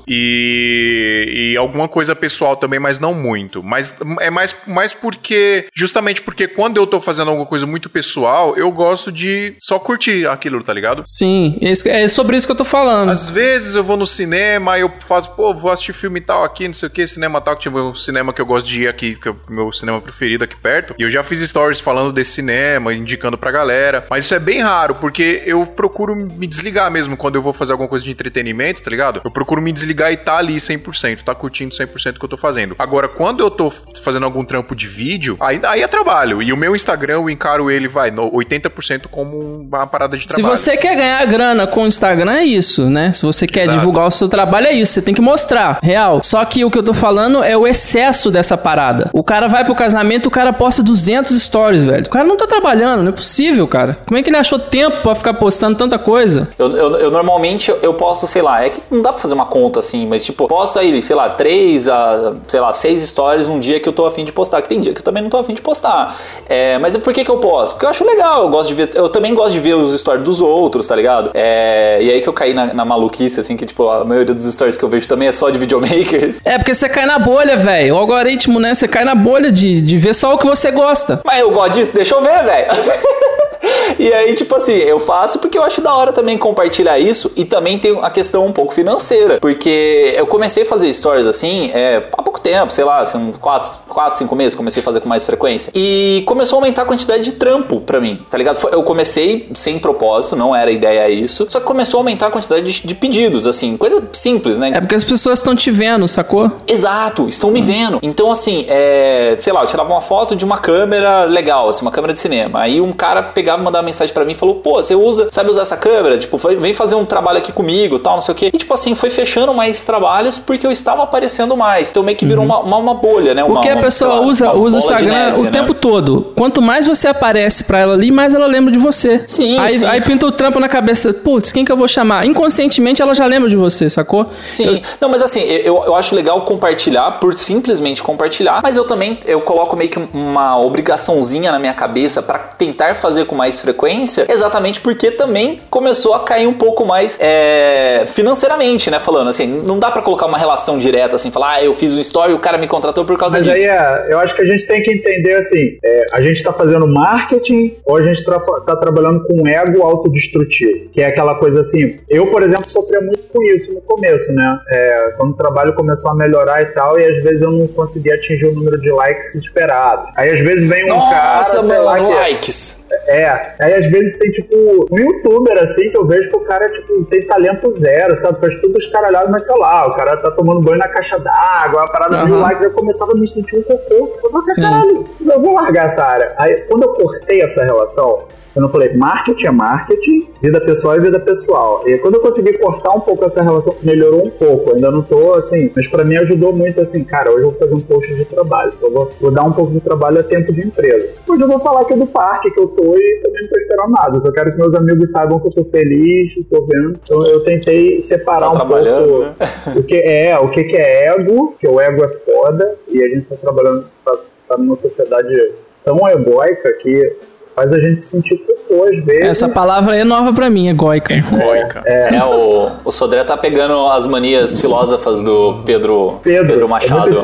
e alguma coisa pessoal também, mas não muito. Mas é mais porque, justamente porque quando eu tô fazendo alguma coisa muito pessoal, eu gosto de só curtir aquilo, tá ligado? Sim, é sobre isso que eu tô falando. Às vezes eu vou no cinema e eu faço, vou assistir filme tal aqui, não sei o que, cinema tal, que tinha um cinema que eu gosto de ir aqui, que é o meu cinema preferido aqui perto, e eu já fiz stories falando desse cinema, indicando pra galera, mas isso é bem raro, porque eu procuro me desligar mesmo quando eu vou fazer alguma coisa de entretenimento, tá ligado? Eu procuro me desligar e tá ali 100%, tá curtindo 100% do que eu tô fazendo. Agora, quando eu tô fazendo algum trampo de vídeo, aí é trabalho, e o meu Instagram, eu encaro ele, 80% como uma parada de trabalho. Se você quer ganhar grana com o Instagram, é isso, né? Se você quer divulgar o seu trabalho, é isso, você tem que mostrar, real. Só que o que eu tô falando é o excesso dessa parada. O cara vai pro casamento, o cara posta 200 stories, velho. O cara não tá trabalhando, não é possível, cara. Como é que ele achou tempo pra ficar postando tanta coisa? Eu normalmente, eu posto, sei lá, é que não dá pra fazer uma conta assim, mas tipo, posto aí, sei lá, 3 a, sei lá, 6 stories um dia que eu tô afim de postar, que tem dia que eu também não tô afim de postar. Mas por que eu posto? Porque eu acho legal, eu também gosto de ver os stories dos outros, tá ligado? E aí que eu caí na maluquice, assim, que tipo, a maioria dos stories que eu vejo também é só de videomakers. Porque você cai na bolha, velho. O algoritmo, né? Você cai na bolha de ver só o que você gosta. Mas eu gosto disso, deixa eu ver, velho. E aí, tipo assim, eu faço porque eu acho da hora também compartilhar isso, e também tem a questão um pouco financeira, porque eu comecei a fazer stories assim, há pouco tempo, sei lá, assim, uns 4, 5 meses, comecei a fazer com mais frequência, e começou a aumentar a quantidade de trampo pra mim, tá ligado? Eu comecei sem propósito, não era ideia isso, só que começou a aumentar a quantidade de pedidos, assim, coisa simples, né? É porque as pessoas estão te vendo, sacou? Exato, estão me vendo. Então, assim, sei lá, eu tirava uma foto de uma câmera legal, assim, uma câmera de cinema, aí um cara pegava e mandava uma mensagem pra mim e falou, pô, você sabe usar essa câmera? Tipo, vem fazer um trabalho aqui comigo, tal, não sei o quê. E tipo assim, foi fechando mais trabalhos porque eu estava aparecendo mais. Então meio que virou uma bolha, né? Porque a pessoa usa o Instagram neve, o tempo todo. Quanto mais você aparece pra ela ali, mais ela lembra de você. Sim, aí pinta o trampo na cabeça. Putz, quem que eu vou chamar? Inconscientemente ela já lembra de você, sacou? Sim. Não, mas assim, eu acho legal compartilhar por simplesmente compartilhar, mas eu coloco meio que uma obrigaçãozinha na minha cabeça pra tentar fazer com mais frequência, exatamente porque também começou a cair um pouco mais financeiramente, né? Falando assim, não dá pra colocar uma relação direta assim, falar, eu fiz um story e o cara me contratou por causa disso. Mas aí eu acho que a gente tem que entender assim, a gente tá fazendo marketing ou a gente tá trabalhando com ego autodestrutivo, que é aquela coisa assim, eu, por exemplo, sofria muito com isso no começo, né? Quando o trabalho começou a melhorar e tal, e às vezes eu não conseguia atingir o número de likes esperado. Aí às vezes vem um cara, sei lá, likes. Aí às vezes tem tipo um youtuber assim que eu vejo que o cara tipo tem talento zero, sabe? Faz tudo escaralhado, mas sei lá, o cara tá tomando banho na caixa d'água, a parada mil likes, eu começava a me sentir um cocô. Eu falei, caralho, eu vou largar essa área. Aí quando eu cortei essa relação, eu não falei, marketing é marketing, vida pessoal é vida pessoal. E quando eu consegui cortar um pouco essa relação, melhorou um pouco. Ainda não tô assim, mas pra mim ajudou muito assim, cara, hoje eu vou fazer um post de trabalho. Então eu vou dar um pouco de trabalho a tempo de empresa. Hoje eu vou falar aqui do parque que eu tô, tô e também não tô esperando nada. Eu só quero que meus amigos saibam que eu tô feliz, tô vendo. Então eu tentei separar um pouco, né? o que é ego, que o ego é foda, e a gente tá trabalhando, tá numa sociedade tão egóica que faz a gente se sentir culto às vezes. Essa palavra é nova pra mim, egóica. O Sodré tá pegando as manias filósofas do Pedro Machado.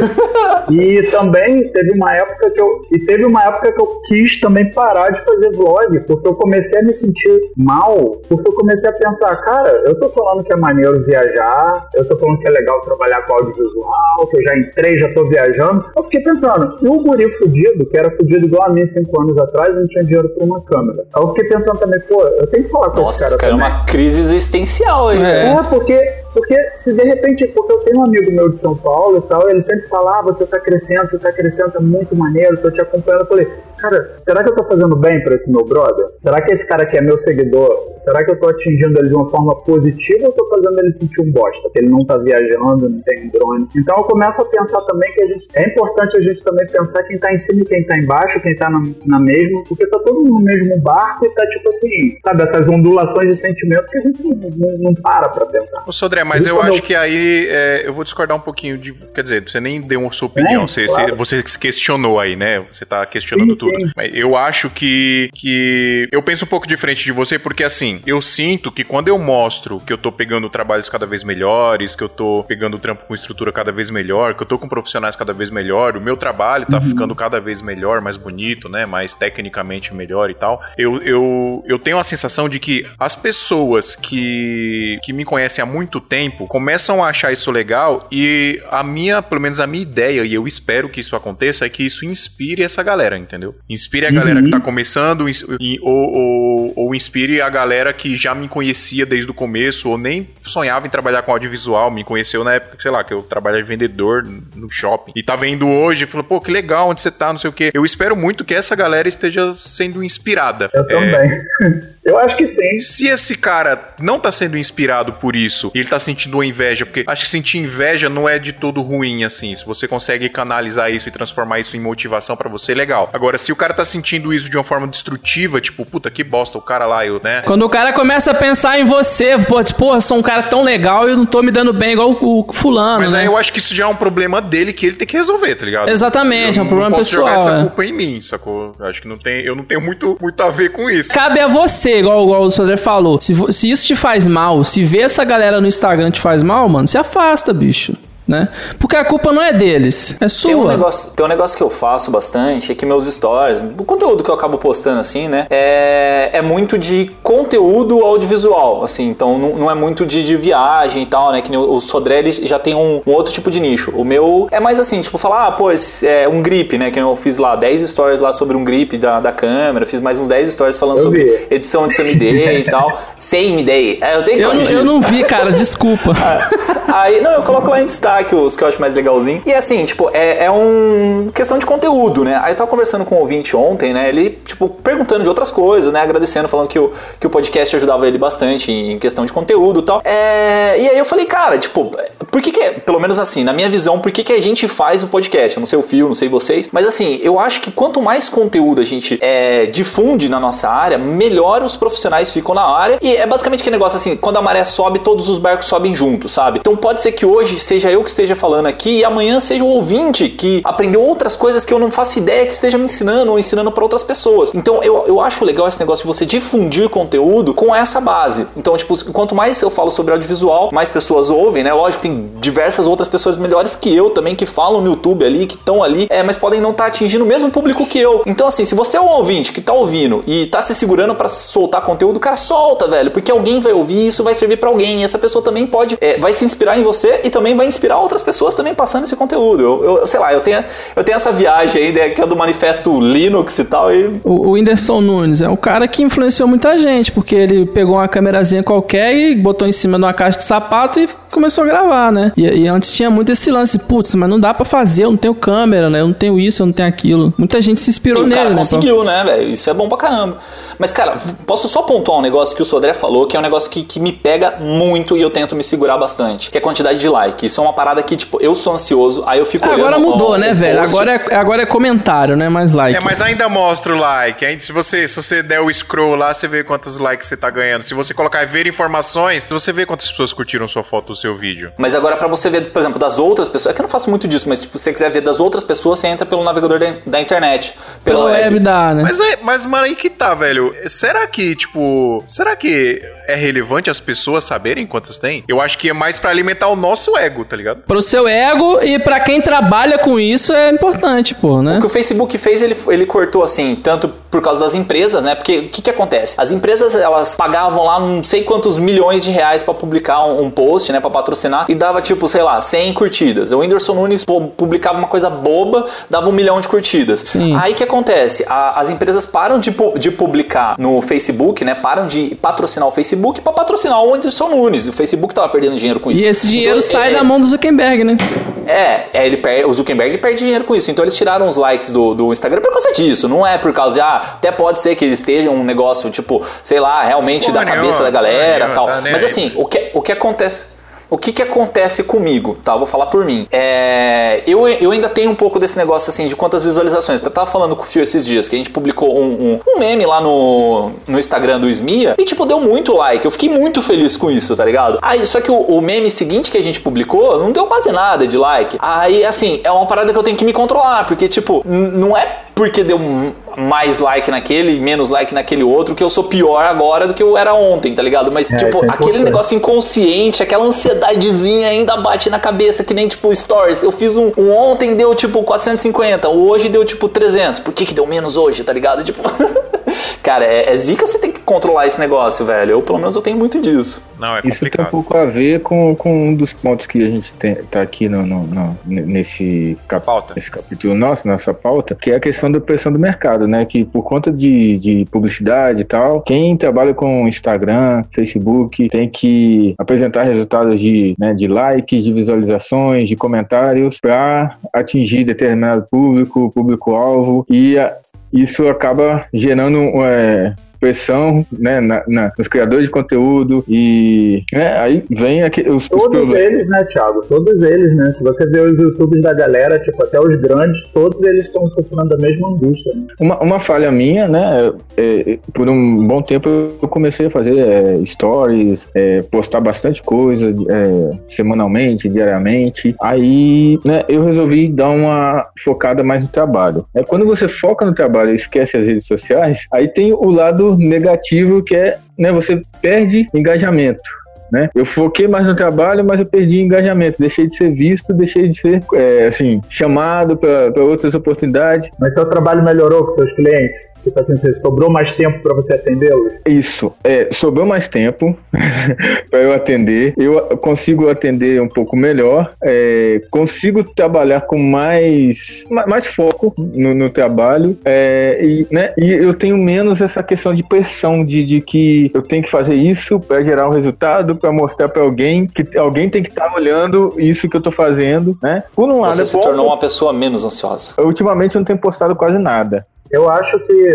E também teve uma época que eu quis também parar de fazer vlog, porque eu comecei a me sentir mal, porque eu comecei a pensar, cara, eu tô falando que é maneiro viajar, eu tô falando que é legal trabalhar com audiovisual, que eu já entrei, já tô viajando. Eu fiquei pensando, e o guri fudido, que era fudido igual a mim 5 anos atrás, não tinha dinheiro pra uma câmera. Aí eu fiquei pensando também, pô, eu tenho que falar com esse cara também. Nossa, uma crise existencial aí. Porque se de repente, porque eu tenho um amigo meu de São Paulo e tal, ele sempre fala, você tá crescendo, tá muito maneiro, tô te acompanhando. Eu falei, cara, será que eu tô fazendo bem pra esse meu brother? Será que esse cara que é meu seguidor, será que eu tô atingindo ele de uma forma positiva ou tô fazendo ele sentir um bosta? Que ele não tá viajando, não tem drone. Então eu começo a pensar também que é importante a gente também pensar quem tá em cima e quem tá embaixo, quem tá na mesma, porque tá todo mundo no mesmo barco e tá tipo assim, sabe, essas ondulações de sentimento que a gente não para pra pensar. Ô Sodré, mas eu acho que aí eu vou discordar um pouquinho quer dizer, você nem deu a sua opinião, você se questionou aí, né? Você tá questionando tudo. Mas eu acho que eu penso um pouco diferente de você, porque assim, eu sinto que quando eu mostro que eu tô pegando trabalhos cada vez melhores, que eu tô pegando trampo com estrutura cada vez melhor, que eu tô com profissionais cada vez melhor, o meu trabalho tá ficando cada vez melhor, mais bonito, né? Mais tecnicamente melhor e tal. Eu tenho a sensação de que as pessoas que me conhecem há muito tempo começam a achar isso legal e pelo menos a minha ideia, e eu espero que isso aconteça, é que isso inspire essa galera, entendeu? Inspire a galera que tá começando ou inspire a galera que já me conhecia desde o começo ou nem sonhava em trabalhar com audiovisual, me conheceu na época, sei lá, que eu trabalhava de vendedor no shopping e tá vendo hoje e falou, pô, que legal, onde você tá, não sei o quê. Eu espero muito que essa galera esteja sendo inspirada. Eu também. Eu acho que sim. Se esse cara não tá sendo inspirado por isso e ele tá sentindo uma inveja, porque acho que sentir inveja não é de todo ruim, assim. Se você consegue canalizar isso e transformar isso em motivação pra você, legal. Agora, se o cara tá sentindo isso de uma forma destrutiva, tipo, puta, que bosta, o cara lá, né? Quando o cara começa a pensar em você, porra, sou um cara tão legal e eu não tô me dando bem igual o fulano, mas né? aí eu acho que isso já é um problema dele que ele tem que resolver, tá ligado? Exatamente, é um problema pessoal. Eu não posso jogar essa culpa em mim, sacou? Eu acho que eu não tenho muito a ver com isso. Cabe a você, igual o Sodré falou. Se isso te faz mal, se ver essa galera no Instagram te faz mal, mano, se afasta, bicho. Né? Porque a culpa não é deles, é sua. Tem um negócio que eu faço bastante, é que meus stories, o conteúdo que eu acabo postando assim, né, é muito de conteúdo audiovisual, assim, então não é muito de viagem e tal, né, que o Sodré ele já tem um outro tipo de nicho. O meu é mais assim, tipo, falar, é um grip, né, que eu fiz lá 10 stories lá sobre um grip da câmera, fiz mais uns 10 stories falando sobre edição de CMD e tal. CMD, eu não vi, cara, desculpa. Aí, não, eu coloco lá em destaque os que eu acho mais legalzinho. E assim, tipo, é uma questão de conteúdo, né? Aí eu tava conversando com um ouvinte ontem, né? Ele, tipo, perguntando de outras coisas, né? Agradecendo, falando que o podcast ajudava ele bastante em questão de conteúdo e tal. E aí eu falei, cara, tipo, por que pelo menos assim, na minha visão, por que a gente faz o podcast? Eu não sei o Fio, não sei vocês, mas assim, eu acho que quanto mais conteúdo a gente difunde na nossa área, melhor os profissionais ficam na área. E é basicamente aquele negócio assim, quando a maré sobe, todos os barcos sobem juntos, sabe? Então pode ser que hoje seja eu que esteja falando aqui e amanhã seja o ouvinte que aprendeu outras coisas que eu não faço ideia que esteja me ensinando ou ensinando para outras pessoas. Então eu acho legal esse negócio de você difundir conteúdo com essa base. Então, tipo, quanto mais eu falo sobre audiovisual, mais pessoas ouvem, né? Lógico, tem diversas outras pessoas melhores que eu também que falam no YouTube ali, que estão ali, mas podem não estar atingindo o mesmo público que eu. Então, assim, se você é um ouvinte que tá ouvindo e tá se segurando para soltar conteúdo, cara, solta, velho, porque alguém vai ouvir e isso vai servir para alguém. E essa pessoa também vai se inspirar em você e também vai inspirar outras pessoas também passando esse conteúdo. Eu sei lá, eu tenho essa viagem aí, né, que é do manifesto Linux e tal. O Whindersson Nunes é um cara que influenciou muita gente, porque ele pegou uma câmerazinha qualquer e botou em cima de uma caixa de sapato e começou a gravar, né? E antes tinha muito esse lance, putz, mas não dá pra fazer, eu não tenho câmera, né? Eu não tenho isso, eu não tenho aquilo. Muita gente se inspirou nele, né? O cara conseguiu, né, velho? Isso é bom pra caramba. Mas, cara, posso só pontuar um negócio que o Sodré falou, que é um negócio que me pega muito e eu tento me segurar bastante, que é a quantidade de like. Isso é uma parada que, tipo, eu sou ansioso, aí eu fico olhando... Agora mudou, né, velho? Agora é comentário, né? Mais like. Mas ainda mostra o like. Ainda, se você der o scroll lá, você vê quantos likes você tá ganhando. Se você colocar ver informações, você vê quantas pessoas curtiram sua foto do seu vídeo. Mas agora pra você ver, por exemplo, das outras pessoas... É que eu não faço muito disso, mas tipo, se você quiser ver das outras pessoas, você entra pelo navegador da internet. Pela web dá, né? Mas, mano, aí que tá, velho. Será que é relevante as pessoas saberem quantas tem? Eu acho que é mais pra alimentar o nosso ego, tá ligado? Pro seu ego e pra quem trabalha com isso é importante, pô, né? O que o Facebook fez, ele cortou, assim, tanto por causa das empresas, né? Porque o que acontece? As empresas, elas pagavam lá não sei quantos milhões de reais pra publicar um post, né? Pra patrocinar, e dava, tipo, sei lá, 100 curtidas. O Whindersson Nunes publicava uma coisa boba, dava 1 milhão de curtidas. Sim. Aí o que acontece? As empresas param de publicar no Facebook, né? Param de patrocinar o Facebook pra patrocinar o Whindersson Nunes. O Facebook tava perdendo dinheiro com isso. E esse dinheiro sai da mão do Zuckerberg, né? O Zuckerberg perde dinheiro com isso. Então eles tiraram os likes do Instagram por causa disso. Não é por causa de, até pode ser que eles estejam um negócio, tipo, sei lá, realmente da cabeça da galera e tal. Mas assim, o que acontece... O que acontece comigo, tá? Eu vou falar por mim. Eu ainda tenho um pouco desse negócio, assim, de quantas visualizações. Eu tava falando com o Fio esses dias, que a gente publicou um meme lá no Instagram do Smia e, tipo, deu muito like. Eu fiquei muito feliz com isso, tá ligado? Aí, só que o meme seguinte que a gente publicou não deu quase nada de like. Aí, assim, é uma parada que eu tenho que me controlar, porque, tipo, não é porque deu mais like naquele e menos like naquele outro que eu sou pior agora do que eu era ontem, tá ligado? Mas, tipo, aquele negócio inconsciente, aquela ansiedadezinha ainda bate na cabeça, que nem, tipo, stories. Eu fiz um ontem, deu, tipo, 450, hoje deu, tipo, 300. Por que deu menos hoje, tá ligado? Tipo... Cara, é zica, você tem que controlar esse negócio, velho. Pelo menos eu tenho muito disso. Não, é complicado. Isso tem um pouco a ver com um dos pontos que a gente tá aqui nesse capítulo nossa pauta, que é a questão da pressão do mercado, né? Que por conta de publicidade e tal, quem trabalha com Instagram, Facebook, tem que apresentar resultados de likes, de visualizações, de comentários para atingir determinado público-alvo, e isso acaba gerando pressão, né, nos criadores de conteúdo, e aí vem os todos eles, né, Thiago? Todos eles, né? Se você vê os YouTubes da galera, tipo, até os grandes, todos eles estão sofrendo a mesma angústia, né? Uma falha minha, né, por um bom tempo eu comecei a fazer stories, postar bastante coisa, semanalmente, diariamente. Aí, né, eu resolvi dar uma focada mais no trabalho. Quando você foca no trabalho e esquece as redes sociais, aí tem o lado negativo, que é, né, você perde engajamento, né? Eu foquei mais no trabalho, mas eu perdi engajamento, deixei de ser visto, deixei de ser chamado para outras oportunidades. Mas seu trabalho melhorou com seus clientes? Tipo assim, sobrou mais tempo para você atendê-los? Isso, sobrou mais tempo para eu atender. Eu consigo atender um pouco melhor, consigo trabalhar com mais foco no trabalho, e eu tenho menos essa questão de pressão de que eu tenho que fazer isso para gerar um resultado, para mostrar para alguém que alguém tem que estar olhando isso que eu tô fazendo, né? Por um lado, você se tornou uma pessoa menos ansiosa. Ultimamente eu não tenho postado quase nada. Eu acho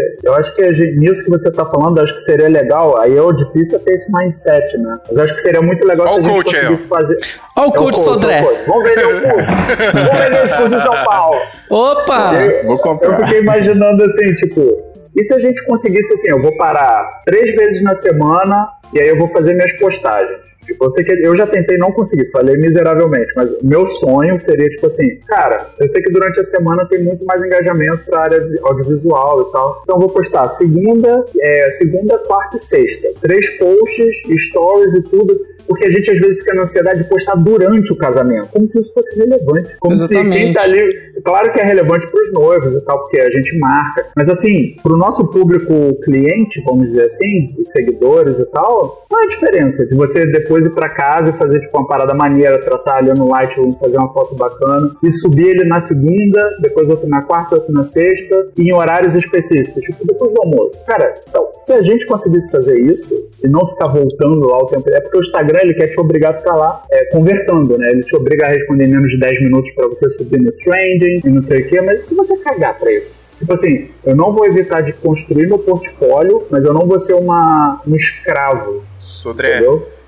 que nisso que você tá falando, acho que seria legal. Aí é difícil ter esse mindset, né? Mas acho que seria muito legal se a gente conseguisse fazer. Olha o coach Sodré. Vamos vender um curso. Vamos vender esse curso em São Paulo. Opa! Vou comprar. Eu fiquei imaginando assim, tipo, e se a gente conseguisse assim, eu vou parar 3 vezes na semana e aí eu vou fazer minhas postagens. Tipo, eu sei que eu já tentei, não consegui, falei miseravelmente, mas o meu sonho seria, tipo assim, cara, eu sei que durante a semana tem muito mais engajamento pra área audiovisual e tal, então eu vou postar segunda, quarta e sexta, 3 posts, stories e tudo, porque a gente às vezes fica na ansiedade de postar durante o casamento, como se isso fosse relevante, como Exatamente. Se quem tá ali, claro que é relevante pros noivos e tal, porque a gente marca, mas assim, pro nosso público cliente, vamos dizer assim, os seguidores e tal, qual é a diferença de você depois ir pra casa e fazer tipo uma parada maneira, tratar ali no Lightroom, fazer uma foto bacana e subir ele na segunda, depois outro na quarta, outro na sexta, e em horários específicos, tipo depois do almoço. Cara, então, se a gente conseguisse fazer isso e não ficar voltando lá o tempo, é porque o Instagram ele quer te obrigar a ficar lá conversando, né? Ele te obriga a responder em menos de 10 minutos pra você subir no trending e não sei o que, mas se você cagar pra isso, tipo assim, eu não vou evitar de construir meu portfólio, mas eu não vou ser um escravo. Sodré, entendeu?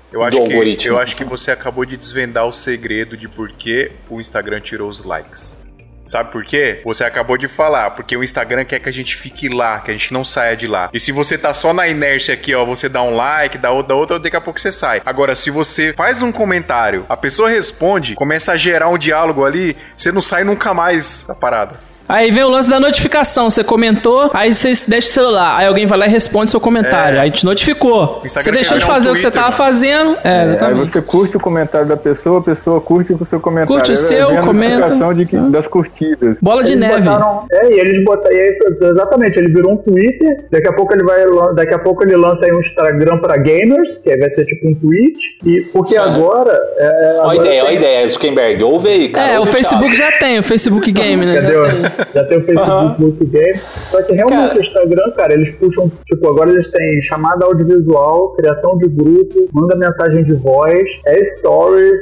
Eu acho que você acabou de desvendar o segredo de por que o Instagram tirou os likes. Sabe por quê? Você acabou de falar, porque o Instagram quer que a gente fique lá, que a gente não saia de lá. E se você tá só na inércia aqui, ó, você dá um like, dá outra, daqui a pouco você sai. Agora, se você faz um comentário, a pessoa responde, começa a gerar um diálogo ali, você não sai nunca mais da parada. Aí vem o lance da notificação. Você comentou, aí você deixa o celular. Aí alguém vai lá e responde seu comentário. Aí te notificou. Você deixou de fazer o que você tava fazendo. Aí você curte o comentário da pessoa, a pessoa curte o seu comentário. Curte o seu, comenta. Das curtidas. Bola de neve. E eles botaram. E é isso, exatamente. Ele virou um Twitter. Daqui a pouco ele lança aí um Instagram pra gamers, que aí vai ser tipo um Twitch. E porque agora. Olha a ideia, Zuckerberg. Ouve aí, cara. O Facebook já tem, o Facebook Game, né? Cadê? Já tem o Facebook Game. Só que realmente o Instagram, cara, eles puxam. Tipo, agora eles têm chamada audiovisual, criação de grupo, manda mensagem de voz, stories.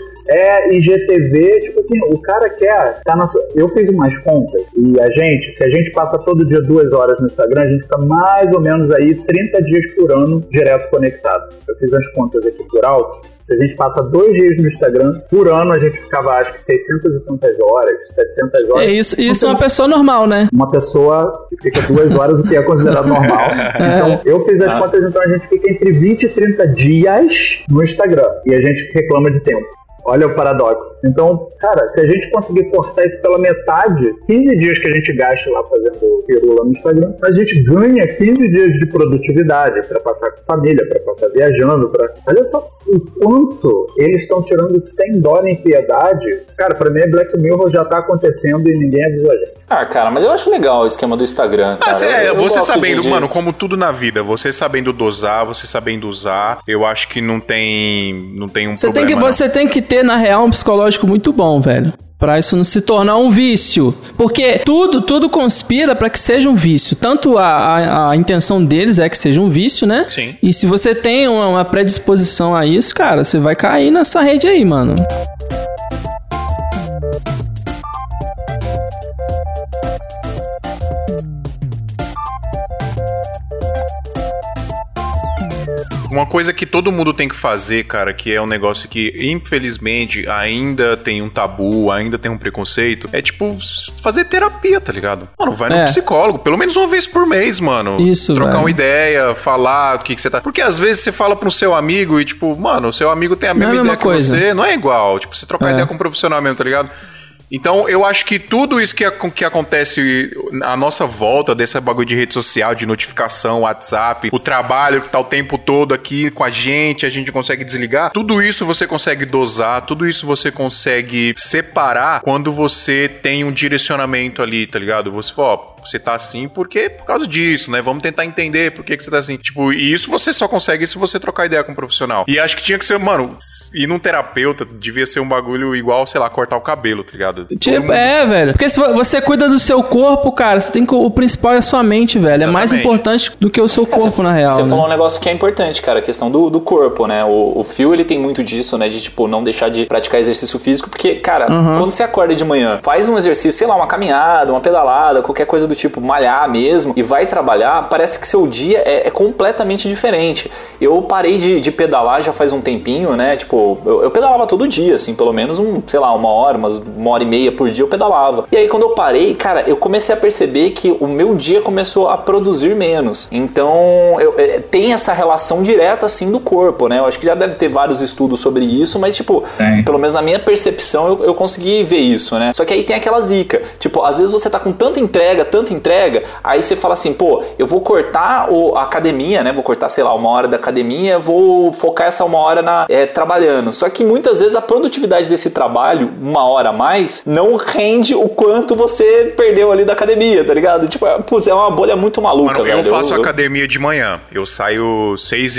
IGTV, tipo assim, o cara quer tá na sua... Eu fiz umas contas e se a gente passa todo dia 2 horas no Instagram, a gente fica mais ou menos aí 30 dias por ano direto conectado. Eu fiz as contas aqui por alto. Se a gente passa 2 dias no Instagram, por ano a gente ficava, acho que 600 e tantas horas, 700 horas. Isso é uma pessoa normal, né? Uma pessoa que fica 2 horas, o que é considerado normal. Então, eu fiz as contas, então a gente fica entre 20 e 30 dias no Instagram. E a gente reclama de tempo. Olha o paradoxo. Então, cara, se a gente conseguir cortar isso pela metade, 15 dias que a gente gasta lá fazendo pirula no Instagram, a gente ganha 15 dias de produtividade pra passar com família, pra passar viajando, Olha só o quanto eles estão tirando sem dó nem piedade. Cara, pra mim Black Mirror já tá acontecendo e ninguém avisou a gente. Cara, mas eu acho legal o esquema do Instagram, cara. Você sabendo, mano, como tudo na vida, você sabendo dosar, você sabendo usar, eu acho que não tem um problema. Você tem que ter, na real, um psicológico muito bom, velho. Pra isso não se tornar um vício. Porque tudo conspira pra que seja um vício. Tanto a intenção deles é que seja um vício, né? Sim. E se você tem uma predisposição a isso, cara, você vai cair nessa rede aí, mano. Uma coisa que todo mundo tem que fazer, cara, que é um negócio que, infelizmente, ainda tem um tabu, ainda tem um preconceito, é, tipo, fazer terapia, tá ligado? Mano, vai no psicólogo, pelo menos uma vez por mês, mano. Isso, trocar uma ideia, falar o que você tá... Porque às vezes você fala pro seu amigo e, tipo, mano, o seu amigo tem a mesma ideia que você, não é igual. Tipo, você trocar ideia com um profissional mesmo, tá ligado? Então, eu acho que tudo isso que acontece à nossa volta, desse bagulho de rede social, de notificação, WhatsApp, o trabalho que tá o tempo todo aqui com a gente consegue desligar, tudo isso você consegue dosar, tudo isso você consegue separar quando você tem um direcionamento ali, tá ligado? Você fala, ó, você tá assim por causa disso, né? Vamos tentar entender por que você tá assim. Tipo, e isso você só consegue se você trocar ideia com um profissional. E acho que tinha que ser, mano, ir num terapeuta devia ser um bagulho igual, sei lá, cortar o cabelo, tá ligado? Tipo, velho. Porque se você cuida do seu corpo, cara, você tem que... O principal é a sua mente, velho. Exatamente. É mais importante do que o seu corpo, na real. Você né? falou um negócio que é importante, cara. A questão do corpo, né? O Phil, ele tem muito disso, né? De, tipo, não deixar de praticar exercício físico. Porque, cara, quando você acorda de manhã, faz um exercício, sei lá, uma caminhada, uma pedalada, qualquer coisa do tipo, malhar mesmo, e vai trabalhar, parece que seu dia é completamente diferente. Eu parei de pedalar já faz um tempinho, né? Tipo, eu pedalava todo dia, assim, pelo menos uma hora e meia por dia eu pedalava. E aí quando eu parei, cara, eu comecei a perceber que o meu dia começou a produzir menos. Então, tem essa relação direta, assim, do corpo, né? Eu acho que já deve ter vários estudos sobre isso, mas, tipo, pelo menos na minha percepção, eu consegui ver isso, né? Só que aí tem aquela zica. Tipo, às vezes você tá com tanta entrega, aí você fala assim, pô, eu vou cortar a academia, né? Vou cortar, sei lá, 1 hora da academia, vou focar essa 1 hora trabalhando. Só que muitas vezes a produtividade desse trabalho, 1 hora a mais, não rende o quanto você perdeu ali da academia, tá ligado? Tipo, é uma bolha muito maluca. Mano, eu faço academia de manhã. Eu saio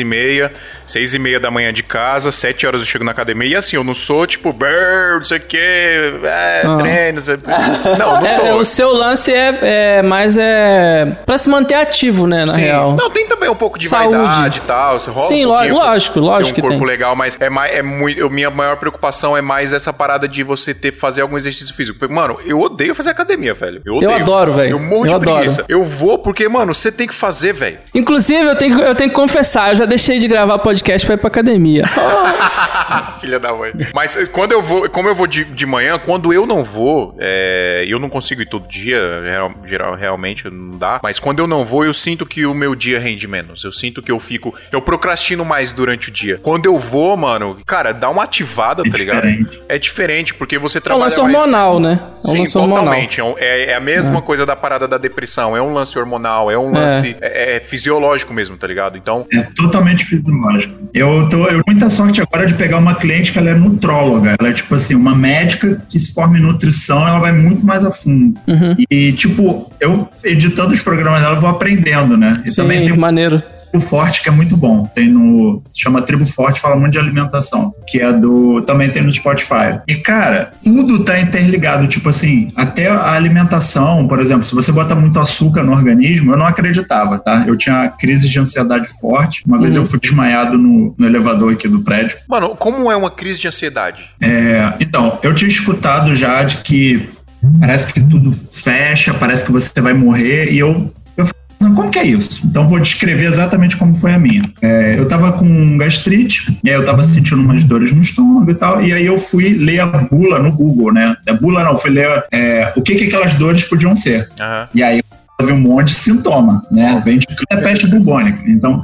6h30 da manhã de casa, 7 horas eu chego na academia. E assim, eu não sou tipo, não sei o que, treino, não sei. Não sou. O seu lance mais pra se manter ativo, né, na real. Não, tem também um pouco de vaidade e tal. Você rola. Sim, lógico que tem. Um corpo legal, mas minha maior preocupação é mais essa parada de você fazer algum exercício físico. Mano, eu odeio fazer academia, velho. Eu odeio. adoro, velho. Eu morro de preguiça. Eu vou porque, mano, você tem que fazer, velho. Inclusive, eu tenho que confessar, eu já deixei de gravar podcast pra ir pra academia. Filha da mãe. Mas quando eu vou, como eu vou de manhã, quando eu não vou, eu não consigo ir todo dia, realmente não dá. Mas quando eu não vou, eu sinto que o meu dia rende menos. Eu sinto que eu procrastino mais durante o dia. Quando eu vou, mano, cara, dá uma ativada, tá ligado? É diferente, porque você trabalha mais... É um lance hormonal, né? Sim, totalmente. É a mesma coisa da parada da depressão. É um lance hormonal, é um lance fisiológico mesmo, tá ligado? Então... É totalmente fisiológico. Eu tenho muita sorte agora de pegar uma cliente que ela é nutróloga. Ela é, tipo assim, uma médica que se forma em nutrição, ela vai muito mais a fundo. Uhum. E, tipo, eu editando os programas dela, eu vou aprendendo, né? E sim, também tem maneiro. Tribo Forte, que é muito bom. Chama Tribo Forte, fala muito de alimentação, que também tem no Spotify. E, cara, tudo tá interligado, tipo assim, até a alimentação, por exemplo, se você bota muito açúcar no organismo, eu não acreditava, tá? Eu tinha crise de ansiedade forte. Uma vez eu fui desmaiado no elevador aqui do prédio. Mano, como é uma crise de ansiedade? Então, eu tinha escutado já de que parece que tudo fecha, parece que você vai morrer, e eu como que é isso? Então vou descrever exatamente como foi a minha. Eu tava com gastrite, e aí eu tava sentindo umas dores no estômago e tal, e aí eu fui ler a bula no Google, né? Fui ler o que aquelas dores podiam ser. Uhum. E aí eu vi um monte de sintoma, né? Vem de peste bubônica. Então,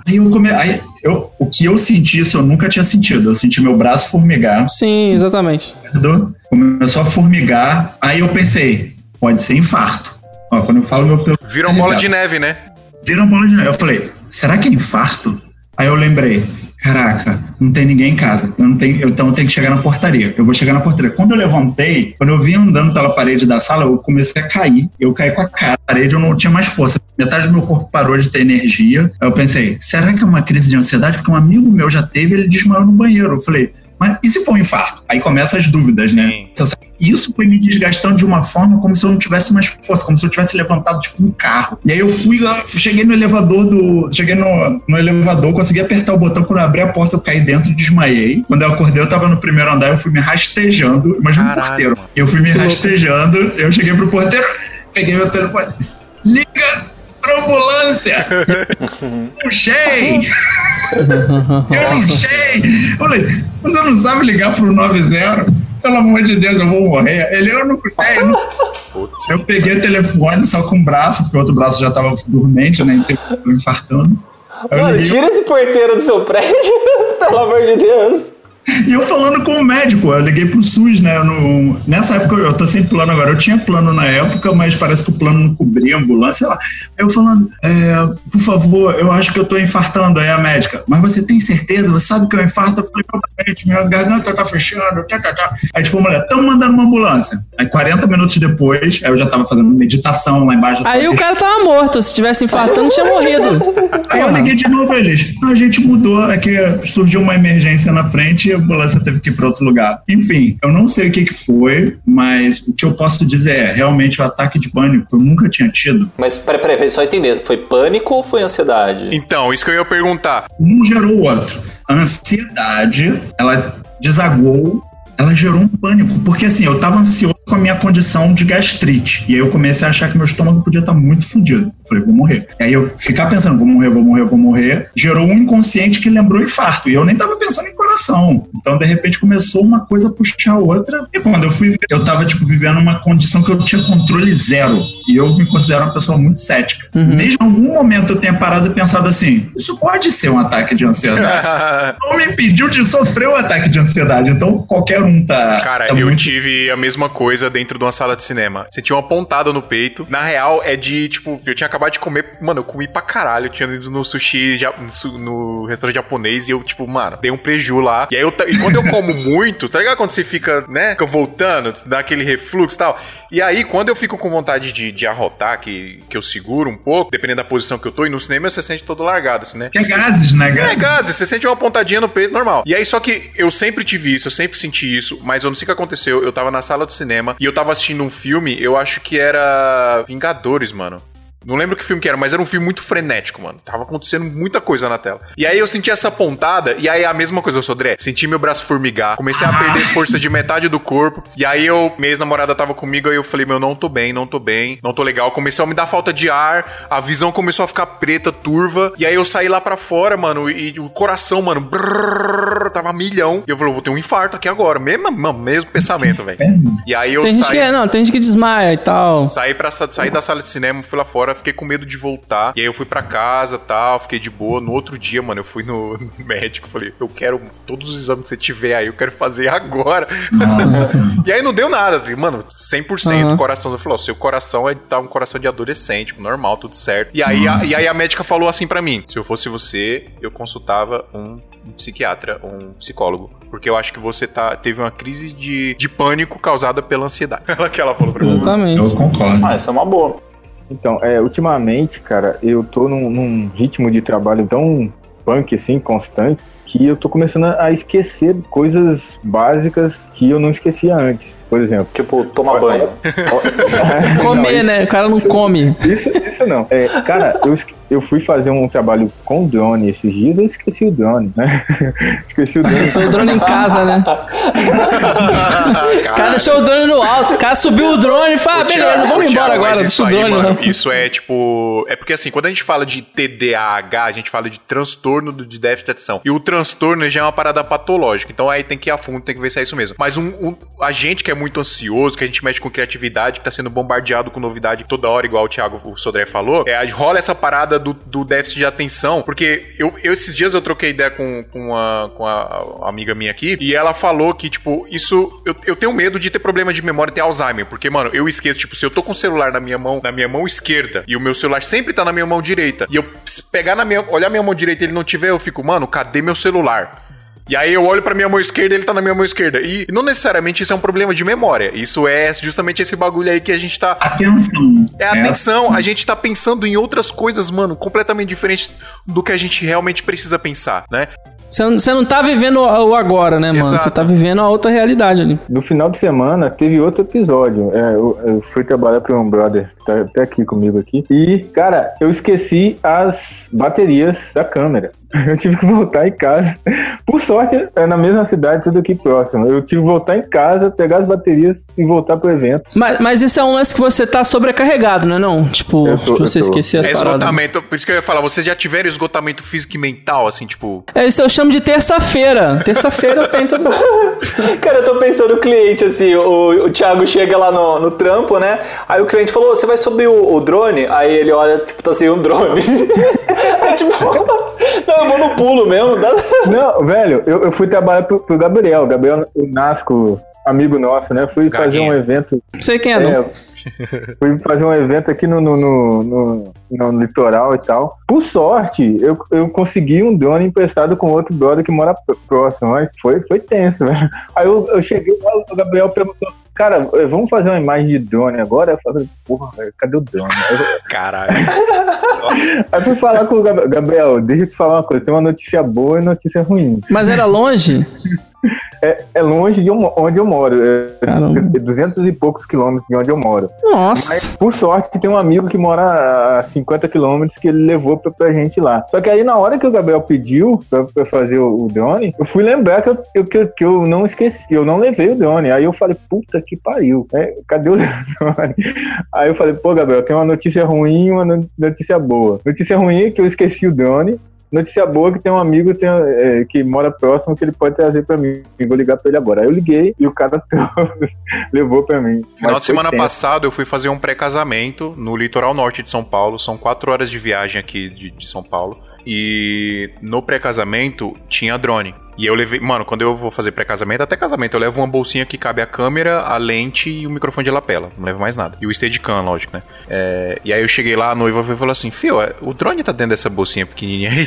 o que eu senti, isso eu nunca tinha sentido. Eu senti meu braço formigar. Sim, exatamente. Começou a formigar, aí eu pensei, pode ser infarto. Ó, quando eu falo meu pelo... Vira uma bola de neve, né? Vira uma bola de neve. Eu falei, será que é infarto? Aí eu lembrei, caraca, não tem ninguém em casa. Então eu tenho que chegar na portaria. Eu vou chegar na portaria. Quando eu levantei, quando eu vim andando pela parede da sala, eu comecei a cair. Eu caí com a cara na parede, eu não tinha mais força. Metade do meu corpo parou de ter energia. Aí eu pensei, será que é uma crise de ansiedade? Porque um amigo meu já teve, ele desmaiou no banheiro. Eu falei, mas e se for um infarto? Aí começam as dúvidas, né? Isso foi me desgastando de uma forma como se eu não tivesse mais força, como se eu tivesse levantado tipo um carro. E aí eu cheguei no elevador no elevador, consegui apertar o botão, quando eu abri a porta eu caí dentro e desmaiei. Quando eu acordei eu tava no primeiro andar, eu fui me rastejando, imagina um porteiro. Eu fui me rastejando, eu cheguei pro porteiro, peguei meu telefone, liga pra ambulância! Puxei! Eu não sei! Falei, você não sabe ligar pro 90? Pelo amor de Deus, eu vou morrer. Eu não sei. Eu peguei o telefone só com o braço, porque o outro braço já tava dormente, né? Infartando. Mano, tira esse porteiro do seu prédio, pelo amor de Deus. E eu falando com o médico, eu liguei pro SUS, né? Nessa época, eu tô sem plano agora. Eu tinha plano na época, mas parece que o plano não cobria a ambulância, sei lá. Eu falando, por favor, eu acho que eu tô infartando. Aí a médica, mas você tem certeza? Você sabe que é um infarto? Eu falei, totalmente, minha garganta tá fechando, Aí tipo, a mulher, estamos mandando uma ambulância. Aí 40 minutos depois, aí eu já tava fazendo meditação lá embaixo. Aí o cara tava morto, se tivesse infartando, tinha morrido. Aí eu liguei de novo pra eles. A gente mudou, é que surgiu uma emergência na frente e a ambulância teve que ir para outro lugar. Enfim, eu não sei o que foi, mas o que eu posso dizer realmente o ataque de pânico eu nunca tinha tido. Mas peraí, só entender, foi pânico ou foi ansiedade? Então, isso que eu ia perguntar. Um gerou o outro. A ansiedade, ela desagou, ela gerou um pânico, porque assim, eu tava ansioso com a minha condição de gastrite, e aí eu comecei a achar que meu estômago podia estar muito fodido. Falei, vou morrer. E aí eu ficar pensando, vou morrer, gerou um inconsciente que lembrou infarto, e eu nem tava pensando em coração. Então, de repente, começou uma coisa a puxar a outra, e quando eu fui ver, eu tava, tipo, vivendo uma condição que eu tinha controle zero, e eu me considero uma pessoa muito cética. Mesmo em algum momento eu tenha parado e pensado assim, isso pode ser um ataque de ansiedade. Não me impediu de sofrer um ataque de ansiedade, então qualquer um tá... Cara, eu tive a mesma coisa dentro de uma sala de cinema. Você tinha uma pontada no peito. Na real, é de, tipo, eu tinha acabado de comer, mano, eu comi pra caralho. Eu tinha ido no sushi, no restaurante japonês, e eu, tipo, mano, dei um preju lá. E aí, e quando eu como muito, tá ligado? Quando você fica, né, fica voltando, dá aquele refluxo e tal. E aí, quando eu fico com vontade de arrotar, que eu seguro um pouco, dependendo da posição que eu tô, e no cinema você sente todo largado, assim, né? É gases, né? É gases, você sente uma pontadinha no peito, normal. E aí, só que eu sempre tive isso, eu sempre senti isso, mas eu não sei o que aconteceu. Eu tava na sala do cinema e eu tava assistindo um filme, eu acho que era Vingadores, mano. Não lembro que filme que era, mas era um filme muito frenético, mano. Tava acontecendo muita coisa na tela. E aí eu senti essa pontada, e aí a mesma coisa, eu sou André. Senti meu braço formigar, comecei a perder força de metade do corpo. E aí minha ex-namorada tava comigo, aí eu falei, não tô bem, não tô legal. Começou a me dar falta de ar, a visão começou a ficar preta, turva. E aí eu saí lá pra fora, mano, e o coração, mano, tava milhão. E eu falei, vou ter um infarto aqui agora. Mesmo pensamento, velho. E aí eu tem gente que desmaia e tal. Saí da sala de cinema, fui lá fora, fiquei com medo de voltar. E aí eu fui pra casa, tal, fiquei de boa. No outro dia, mano, eu fui no médico, falei, eu quero todos os exames que você tiver aí, eu quero fazer agora. E aí não deu nada, falei, mano, 100% coração. Eu falei, seu coração tá um coração de adolescente, normal, tudo certo. E aí a médica falou assim pra mim, se eu fosse você, eu consultava um psiquiatra, um psicólogo, porque eu acho que você teve uma crise de pânico causada pela ansiedade. Que ela falou pra mim. Exatamente. Eu concordo. Essa é uma boa. Então, ultimamente, cara, eu tô num ritmo de trabalho tão punk, assim, constante, que eu tô começando a esquecer coisas básicas que eu não esquecia antes, por exemplo. Tipo, tomar banho. Comer, não, né? O cara não come. Isso não. Cara, eu fui fazer um trabalho com drone esses dias, eu esqueci o drone, né? Esqueci o drone. Esqueceu o drone em casa, né? O cara deixou o drone no alto, o cara subiu o drone e falou, beleza, vamos embora agora, deixa o drone. Mano, isso é tipo... É porque assim, quando a gente fala de TDAH, a gente fala de transtorno de déficit de atenção. E o transtorno já é uma parada patológica, então aí tem que ir a fundo, tem que ver se é isso mesmo. Mas a gente que é muito ansioso, que a gente mexe com criatividade, que tá sendo bombardeado com novidade toda hora, igual o Sodré falou, rola essa parada do déficit de atenção, porque esses dias eu troquei ideia com a amiga minha aqui, e ela falou que, tipo, isso, eu tenho medo de ter problema de memória e ter Alzheimer, porque, mano, eu esqueço, tipo, se eu tô com o celular na minha mão esquerda, e o meu celular sempre tá na minha mão direita, e eu olhar minha mão direita e ele não tiver, eu fico, mano, cadê meu celular? E aí eu olho pra minha mão esquerda e ele tá na minha mão esquerda. E não necessariamente isso é um problema de memória. Isso é justamente esse bagulho aí que a gente tá... Atenção. Atenção. A gente tá pensando em outras coisas, mano, completamente diferentes do que a gente realmente precisa pensar, né? Você não tá vivendo o agora, né, mano? Você tá vivendo a outra realidade ali. No final de semana, teve outro episódio. Eu fui trabalhar pra um brother que tá até aqui comigo aqui. E, cara, eu esqueci as baterias da câmera. Eu tive que voltar em casa. Por sorte, é na mesma cidade, tudo aqui próximo. Eu tive que voltar em casa, pegar as baterias e voltar pro evento. Mas isso é um lance que você tá sobrecarregado, não é não? Tipo, você esquecer as paradas. Esgotamento, por isso que eu ia falar, vocês já tiveram esgotamento físico e mental, assim, tipo... Isso eu chamo de terça-feira. Terça-feira eu tenho todo. Cara, eu tô pensando no cliente, assim, o Thiago chega lá no trampo, né? Aí o cliente falou, você vai subir o drone? Aí ele olha, tipo, tá sem um drone. Aí tipo, não, eu vou no pulo mesmo. Não, velho, eu fui trabalhar pro Gabriel, o Nasco, amigo nosso, né? Fui fazer um evento. Não sei quem é, não. Fui fazer um evento aqui no litoral e tal. Por sorte, eu consegui um drone emprestado com outro brother que mora próximo, mas foi tenso, velho. Aí eu cheguei lá, o Gabriel perguntou, cara, vamos fazer uma imagem de drone agora? Eu falei, porra, velho, cadê o drone? Caralho. Aí fui falar com o Gabriel, deixa eu te falar uma coisa, tem uma notícia boa e notícia ruim. Mas era longe? É longe de onde eu moro. É 200 e poucos quilômetros de onde eu moro. Nossa. Mas, por sorte, tem um amigo que mora a 50 quilômetros que ele levou pra gente lá. Só que aí, na hora que o Gabriel pediu pra fazer o drone, eu fui lembrar que eu não esqueci, eu não levei o drone. Aí eu falei, puta que pariu, cadê o drone? Aí eu falei, pô, Gabriel, tem uma notícia ruim e uma notícia boa. Notícia ruim é que eu esqueci o drone. Notícia boa que tem um amigo que mora próximo que ele pode trazer pra mim. Eu vou ligar pra ele agora. Aí eu liguei e o cara levou pra mim. Final de semana passado eu fui fazer um pré-casamento no litoral norte de São Paulo. São 4 horas de viagem aqui de São Paulo. E no pré-casamento tinha drone. E eu levei... Mano, quando eu vou fazer pré-casamento, até casamento, eu levo uma bolsinha que cabe a câmera, a lente e o microfone de lapela. Não levo mais nada. E o Steadicam, lógico, né? E aí eu cheguei lá, a noiva falou assim, Fio, o drone tá dentro dessa bolsinha pequenininha aí?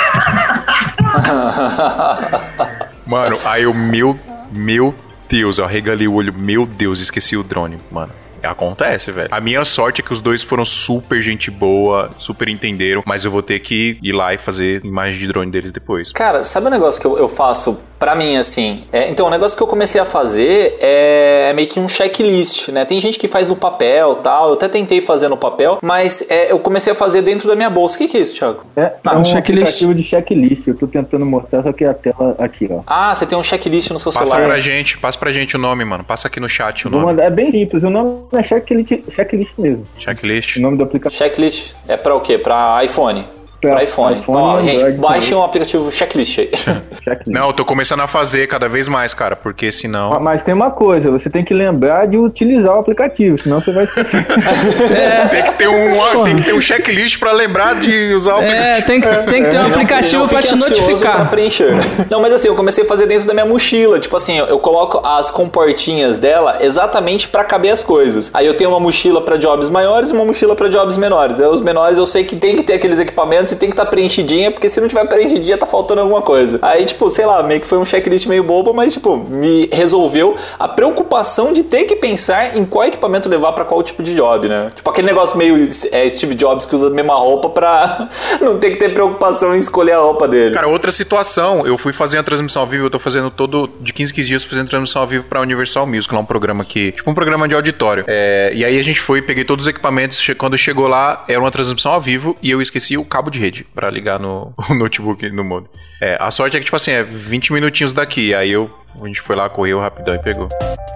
Mano, aí eu... Meu Deus, eu arregalei o olho. Meu Deus, esqueci o drone, mano. Acontece, velho. A minha sorte é que os dois foram super gente boa, super entenderam, mas eu vou ter que ir lá e fazer imagem de drone deles depois. Cara, sabe um negócio que eu faço pra mim, assim. Então, o negócio que eu comecei a fazer é meio que um checklist, né? Tem gente que faz no papel e tal. Eu até tentei fazer no papel, mas eu comecei a fazer dentro da minha bolsa. O que é isso, Thiago? É um aplicativo de checklist. Eu tô tentando mostrar, só que a tela aqui, ó. Ah, você tem um checklist no seu celular. Passa pra gente o nome, mano. Passa aqui no chat o nome. É bem simples. O nome é checklist mesmo. Checklist. O nome do aplicativo. Checklist é pra o quê? Pra iPhone. Pra iPhone. Então, ó, gente, baixe um aplicativo checklist aí. Não, eu tô começando a fazer cada vez mais, cara, porque senão... Mas tem uma coisa, você tem que lembrar de utilizar o aplicativo, senão você vai esquecer. Tem que ter um checklist pra lembrar de usar o aplicativo. Tem que ter um aplicativo pra te notificar. Pra preencher. Não, mas assim, eu comecei a fazer dentro da minha mochila. Tipo assim, eu coloco as comportinhas dela exatamente pra caber as coisas. Aí eu tenho uma mochila pra jobs maiores e uma mochila pra jobs menores. Aí os menores eu sei que tem que ter aqueles equipamentos e tem que estar preenchidinha, porque se não tiver preenchidinha, tá faltando alguma coisa. Aí, tipo, sei lá, meio que foi um checklist meio bobo, mas, tipo, me resolveu a preocupação de ter que pensar em qual equipamento levar pra qual tipo de job, né? Tipo, aquele negócio meio Steve Jobs que usa a mesma roupa pra não ter que ter preocupação em escolher a roupa dele. Cara, outra situação, eu fui fazer a transmissão ao vivo, eu tô fazendo de 15 dias fazendo transmissão ao vivo pra Universal Music, lá um programa aqui, tipo um programa de auditório. E aí a gente peguei todos os equipamentos, quando chegou lá, era uma transmissão ao vivo e eu esqueci o cabo de rede pra ligar no notebook no modo. A sorte é que, tipo assim, 20 minutinhos daqui. Aí a gente foi lá, correu rapidão e pegou.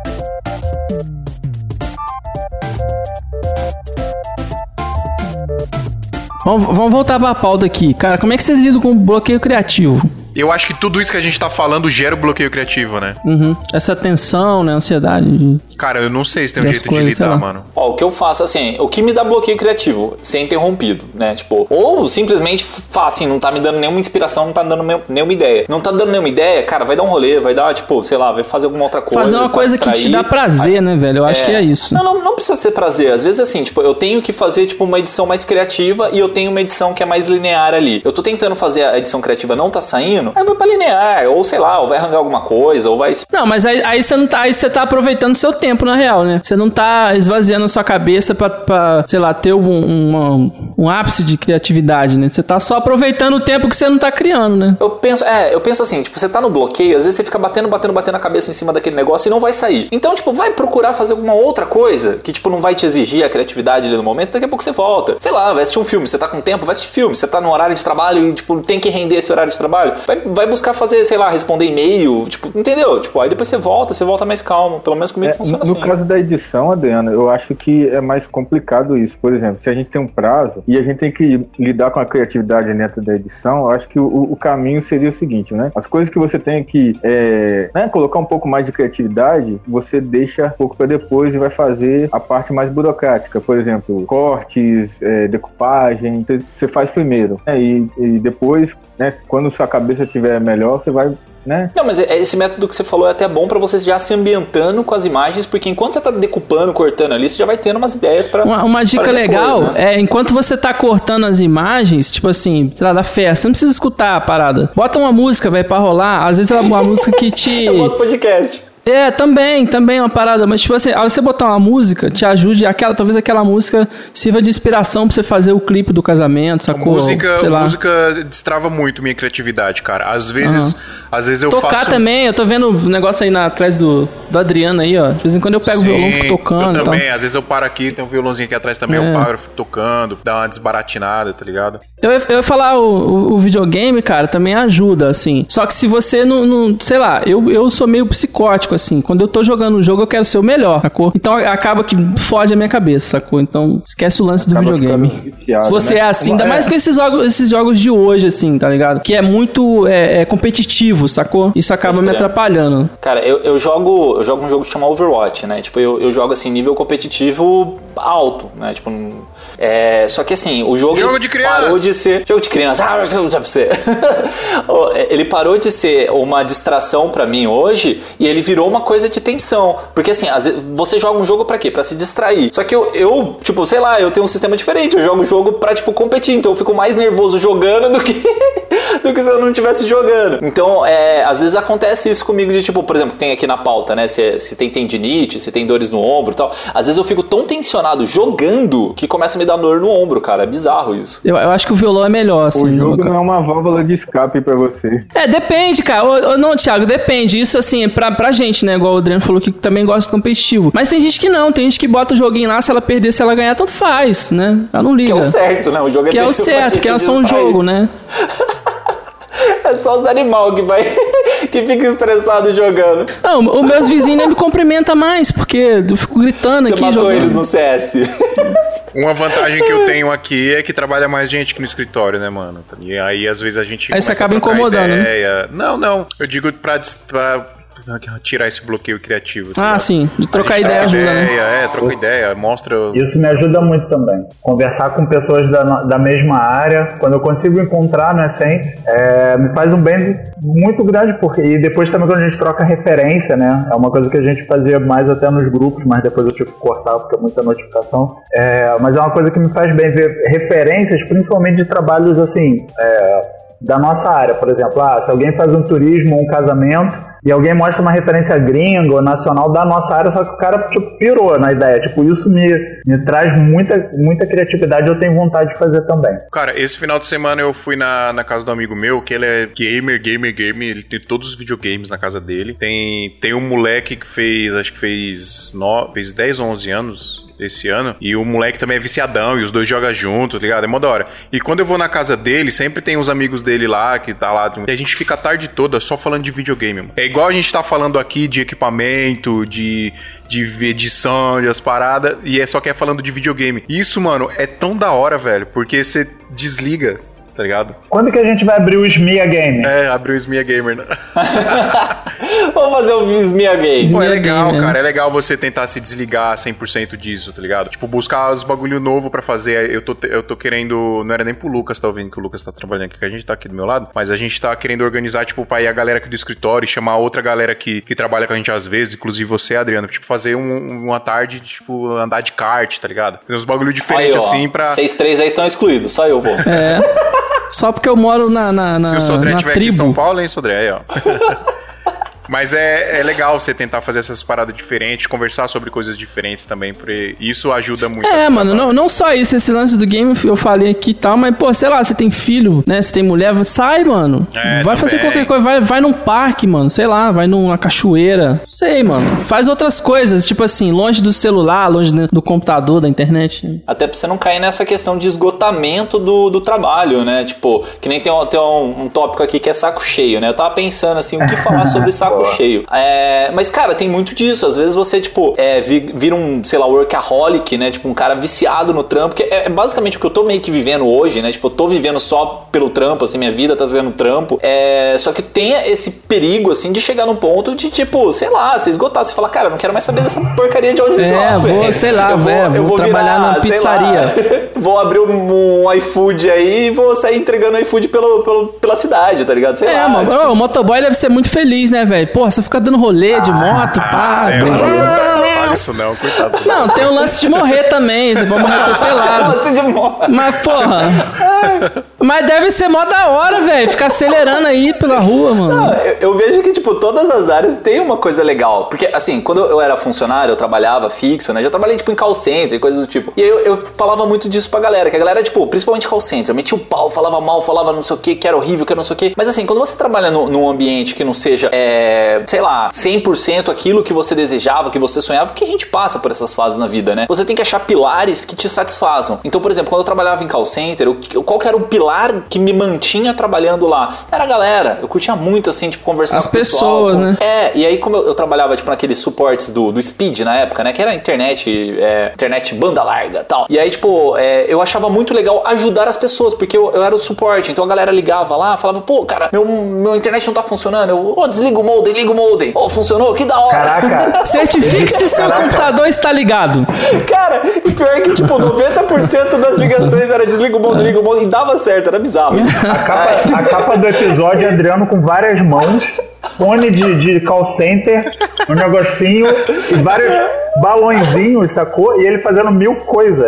Vamos voltar pra pauta aqui. Cara, como é que vocês lidam com o bloqueio criativo? Eu acho que tudo isso que a gente tá falando gera o bloqueio criativo, né? Essa tensão, né? Ansiedade. Cara, eu não sei se tem um jeito de lidar, mano. Ó, o que eu faço, assim, o que me dá bloqueio criativo? Ser interrompido, né? Tipo, ou simplesmente, assim, não tá me dando nenhuma inspiração, não tá dando nenhuma ideia. Não tá dando nenhuma ideia, cara, vai dar um rolê, vai dar, tipo, sei lá, vai fazer alguma outra coisa. Fazer uma coisa que te dá prazer, né, velho? Eu acho que é isso. Não precisa ser prazer. Às vezes, assim, tipo, eu tenho que fazer, tipo, uma edição mais criativa e eu tenho uma edição que é mais linear ali. Eu tô tentando fazer a edição criativa, não tá saindo, aí vai pra linear, ou sei lá, ou vai arrancar alguma coisa, ou vai... Não, mas aí você não tá, aí você tá aproveitando seu tempo, na real, né? Você não tá esvaziando a sua cabeça pra sei lá, ter um ápice de criatividade, né? Você tá só aproveitando o tempo que você não tá criando, né? Eu penso assim, tipo, você tá no bloqueio, às vezes você fica batendo a cabeça em cima daquele negócio e não vai sair. Então, tipo, vai procurar fazer alguma outra coisa que, tipo, não vai te exigir a criatividade ali no momento, daqui a pouco você volta. Sei lá, vai assistir um filme, você tá com tempo, vai assistir filme, você tá no horário de trabalho e, tipo, tem que render esse horário de trabalho, vai buscar fazer, sei lá, responder e-mail, tipo, entendeu? Tipo, aí depois você volta mais calmo, pelo menos comigo funciona assim. No caso da edição, Adriano, eu acho que é mais complicado isso. Por exemplo, se a gente tem um prazo e a gente tem que lidar com a criatividade dentro da edição, eu acho que o caminho seria o seguinte, né? As coisas que você tem que colocar um pouco mais de criatividade, você deixa um pouco para depois e vai fazer a parte mais burocrática. Por exemplo, cortes, decupagem, você faz primeiro, né? E depois, né, quando sua cabeça estiver melhor, você vai, né? Não, mas esse método que você falou é até bom pra você já se ambientando com as imagens, porque enquanto você tá decupando, cortando ali, você já vai tendo umas ideias pra... Uma dica pra depois, legal, né? Enquanto você tá cortando as imagens, tipo assim, da festa, você não precisa escutar a parada. Bota uma música, vai, pra rolar, às vezes é uma música que te... Eu boto podcast. Também é uma parada, mas tipo assim, ao você botar uma música, te ajude, talvez aquela música sirva de inspiração pra você fazer o clipe do casamento, sacou? A música destrava muito minha criatividade, cara. Às vezes eu faço... Tocar também, eu tô vendo o negócio aí atrás do Adriano aí, ó. De vez em quando eu pego o violão e fico tocando. Eu também, às vezes eu paro aqui, tem um violãozinho aqui atrás também, eu paro, fico tocando, dá uma desbaratinada, tá ligado? Eu ia falar, o videogame, cara, também ajuda, assim. Só que se você não sei lá, eu sou meio psicótico, assim, quando eu tô jogando um jogo eu quero ser o melhor, sacou? Então acaba que fode a minha cabeça, sacou? Então esquece o lance do videogame. Viciado, se você, né? É assim, ainda mais com esses jogos de hoje, assim, tá ligado? Que é muito competitivo, sacou? Isso acaba me atrapalhando. Cara, eu jogo um jogo que chama Overwatch, né? Tipo, eu jogo assim, nível competitivo alto, né? Tipo, só que assim, o jogo parou de ser... Jogo de criança. Ele parou de ser uma distração pra mim hoje e ele virou uma coisa de tensão. Porque assim, às vezes você joga um jogo pra quê? Pra se distrair. Só que eu tipo, sei lá, eu tenho um sistema diferente. Eu jogo o jogo pra, tipo, competir. Então eu fico mais nervoso jogando do que se eu não estivesse jogando. Então, às vezes acontece isso comigo de tipo, por exemplo, que tem aqui na pauta, né? Se tem tendinite, se tem dores no ombro e tal. Às vezes eu fico tão tensionado jogando que começa a me dar dor no ombro, cara. É bizarro isso. Eu acho que o violão é melhor, assim. O jogo não é uma válvula de escape pra você. Depende, cara. Não, Thiago, depende. Isso, assim, é pra gente, né? Igual o Adriano falou que também gosta de competitivo. Mas tem gente que não. Tem gente que bota o joguinho lá, se ela perder, se ela ganhar, tanto faz, né? Ela não liga. Que é o certo, né? O jogo que é o certo, que é só um jogo, né? É só os animais que fica estressado jogando. Não, os meus vizinhos nem me cumprimentam mais, porque eu fico gritando aqui. Você matou jogando. eles no CS. Uma vantagem que eu tenho aqui é que trabalha mais gente aqui no escritório, né, mano? E aí, às vezes, a gente aí você acaba incomodando, ideia. Né? Não. Eu digo pra tirar esse bloqueio criativo. Tá ligado? Sim. De trocar ideia ajuda, né? Troca ideia, mostra... Isso me ajuda muito também. Conversar com pessoas da mesma área, quando eu consigo encontrar, não é sempre, me faz um bem muito grande, e depois também quando a gente troca referência, né? É uma coisa que a gente fazia mais até nos grupos, mas depois eu tive que cortar porque é muita notificação. Mas é uma coisa que me faz bem ver referências, principalmente de trabalhos assim... da nossa área, por exemplo, se alguém faz um turismo ou um casamento e alguém mostra uma referência gringa ou nacional da nossa área, só que o cara tipo, pirou na ideia, tipo, isso me traz muita criatividade, eu tenho vontade de fazer também. Cara, esse final de semana eu fui na casa do amigo meu, que ele é gamer, ele tem todos os videogames na casa dele, tem um moleque que fez 10 ou 11 anos esse ano, e o moleque também é viciadão, e os dois jogam juntos, tá ligado? É mó da hora. E quando eu vou na casa dele, sempre tem os amigos dele lá, que tá lá, e a gente fica a tarde toda só falando de videogame, mano. É igual a gente tá falando aqui de equipamento, de edição, de as paradas, e só que é falando de videogame. Isso, mano, é tão da hora, velho, porque você desliga, tá ligado? Quando que a gente vai abrir o Smia Gamer? Abrir o Smia Gamer, né? Vamos fazer o Smia Gamer. Pô, é legal, cara. É legal você tentar se desligar 100% disso, tá ligado? Tipo, buscar os bagulho novo pra fazer. Eu tô querendo... Não era nem pro Lucas, tá ouvindo que o Lucas tá trabalhando aqui, que a gente tá aqui do meu lado, mas a gente tá querendo organizar, tipo, pra ir a galera aqui do escritório e chamar outra galera que trabalha com a gente às vezes, inclusive você, Adriano, tipo, fazer uma tarde, tipo, andar de kart, tá ligado? Fazer uns bagulho diferente aí, assim pra... Vocês três aí estão excluídos, só eu vou. Só porque eu moro na Se o Sodré estiver aqui em tribo. São Paulo, hein, Sodré? Aí, ó. Mas é legal você tentar fazer essas paradas diferentes, conversar sobre coisas diferentes também, porque isso ajuda muito. Mano, não só isso, esse lance do game eu falei aqui e tal, mas, pô, sei lá, você tem filho, né, você tem mulher, sai, mano. Vai também fazer qualquer coisa, vai num parque, mano, sei lá, vai numa cachoeira, sei, mano. Faz outras coisas, tipo assim, longe do celular, longe do computador, da internet. Até pra você não cair nessa questão de esgotamento do trabalho, né, tipo, que nem tem um tópico aqui que é saco cheio, né, eu tava pensando assim, o que falar sobre saco cheio. Mas, cara, tem muito disso. Às vezes você, tipo, vira um, sei lá, workaholic, né? Tipo, um cara viciado no trampo, que é basicamente o que eu tô meio que vivendo hoje, né? Tipo, eu tô vivendo só pelo trampo, assim, minha vida tá fazendo trampo. Só que tem esse perigo, assim, de chegar num ponto de, tipo, sei lá, você esgotar, você fala, cara, eu não quero mais saber dessa porcaria de audiovisual, eu vou trabalhar na pizzaria. Vou abrir um iFood aí e vou sair entregando iFood pela cidade, tá ligado? Sei lá. Mano, tipo... o motoboy deve ser muito feliz, né, velho? Porra, você fica dando rolê de moto, pá. Não fala isso não, coitado. Não, tem um lance de morrer também, você pode morrer atropelado. Lance de morrer. Mas, porra... Mas deve ser mó da hora, velho, ficar acelerando aí pela rua, mano. Não, eu vejo que, tipo, todas as áreas tem uma coisa legal. Porque, assim, quando eu era funcionário, eu trabalhava fixo, né? Já trabalhei, tipo, em call center e coisas do tipo. E aí eu falava muito disso pra galera, que a galera, tipo, principalmente call center, metia o pau, falava mal, falava não sei o que era horrível, que era não sei o que. Mas, assim, quando você trabalha num ambiente que não seja, sei lá, 100% aquilo que você desejava, que você sonhava, porque a gente passa por essas fases na vida, né? Você tem que achar pilares que te satisfaçam. Então, por exemplo, quando eu trabalhava em call center, qual que era o pilar que me mantinha trabalhando lá? Era a galera. Eu curtia muito, assim, tipo, conversar com o pessoal. As pessoas, né? E aí, como eu trabalhava, tipo, naqueles suportes do Speed na época, né? Que era internet banda larga e tal. E aí, tipo, eu achava muito legal ajudar as pessoas, porque eu era o suporte. Então a galera ligava lá, falava, pô, cara, meu internet não tá funcionando. Desliga o modem, liga o modem. Funcionou? Que da hora. Caraca. Certifique se seu computador está ligado. Cara, e pior é que, tipo, 90% das ligações era desliga o modem, liga o modem, e dava certo, era bizarro. A capa do episódio, Adriano com várias mãos, fone de call center, um negocinho e vários balõezinhos, sacou? E ele fazendo 1000 coisas.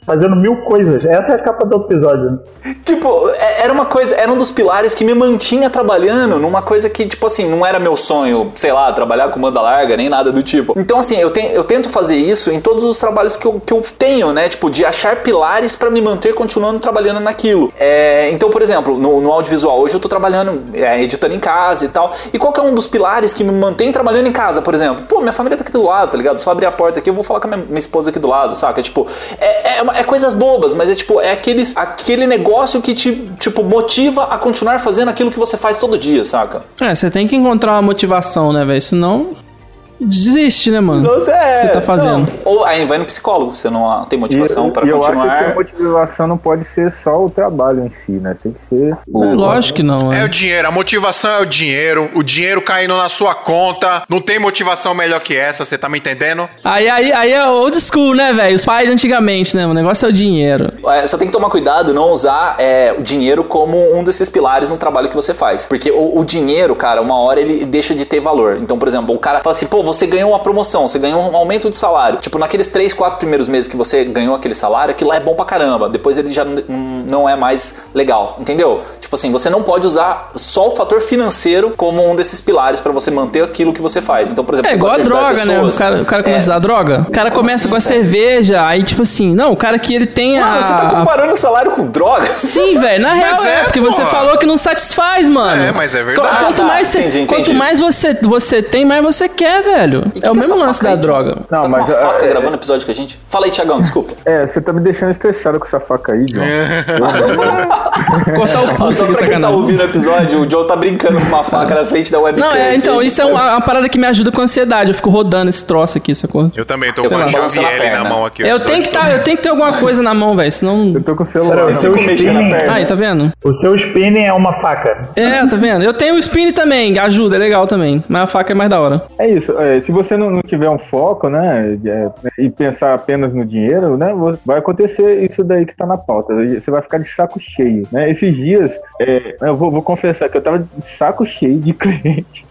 fazendo 1000 coisas. Essa é a capa do episódio. Tipo, era um dos pilares que me mantinha trabalhando numa coisa que, tipo assim, não era meu sonho, sei lá, trabalhar com banda larga, nem nada do tipo. Então, assim, eu tento fazer isso em todos os trabalhos que eu tenho, né? Tipo, de achar pilares pra me manter continuando trabalhando naquilo. Então, por exemplo, no audiovisual, hoje eu tô trabalhando, editando em casa e tal. E qual que é um dos pilares que me mantém trabalhando em casa, por exemplo? Pô, minha família tá aqui do lado, tá ligado? Só abrir a porta aqui, eu vou falar com a minha esposa aqui do lado, saca? Tipo, é coisas bobas, mas aquele negócio que te, tipo, motiva a continuar fazendo aquilo que você faz todo dia, saca? Você tem que encontrar uma motivação, né, velho? Senão desiste, né, mano? Você tá fazendo. Não. Ou aí vai no psicólogo, você não tem motivação para continuar. Eu acho que a motivação não pode ser só o trabalho em si, né? Tem que ser... lógico que não. É o dinheiro, a motivação é o dinheiro caindo na sua conta, não tem motivação melhor que essa, você tá me entendendo? Aí é old school, né, velho? Os pais de antigamente, né? O negócio é o dinheiro. Só tem que tomar cuidado, não usar o dinheiro como um desses pilares no trabalho que você faz. Porque o dinheiro, cara, uma hora ele deixa de ter valor. Então, por exemplo, o cara fala assim, pô, você ganhou uma promoção, você ganhou um aumento de salário. Tipo, naqueles 3, 4 primeiros meses que você ganhou aquele salário, aquilo lá é bom pra caramba. Depois ele já não é mais legal, entendeu? Tipo assim, você não pode usar só o fator financeiro como um desses pilares pra você manter aquilo que você faz. Então, por exemplo, você igual a droga, pessoas, né? O cara começa a usar droga. O cara começa assim, com a cerveja, aí tipo assim, não, o cara que ele tem Mano, você tá comparando o salário com droga? Sim, velho, na real porque você falou que não satisfaz, mano. Mas é verdade. Quanto mais você tem, mais você quer, velho. É o mesmo lance da droga. Não, você tá com uma faca gravando episódio com a gente? Fala aí, Thiagão, desculpa. Você tá me deixando estressado com essa faca aí, John. Cortar o pulso. Só pra quem tá ouvindo o episódio, o John tá brincando com uma faca na frente da webcam. Não, então, isso é uma parada que me ajuda com a ansiedade. Eu fico rodando esse troço aqui, sacou? Eu também tô com a JBL na mão aqui. Eu tenho que ter alguma coisa na mão, velho, senão... Eu tô com o celular. O seu spinning... Aí, tá vendo? O seu spinning é uma faca. Tá vendo? Eu tenho o spinning também, ajuda, é legal também. Mas a faca é mais da hora. É isso, se você não tiver um foco, né, e pensar apenas no dinheiro, né, vai acontecer isso daí que tá na pauta. Você vai ficar de saco cheio, né? Esses dias, eu vou confessar que eu tava de saco cheio de cliente.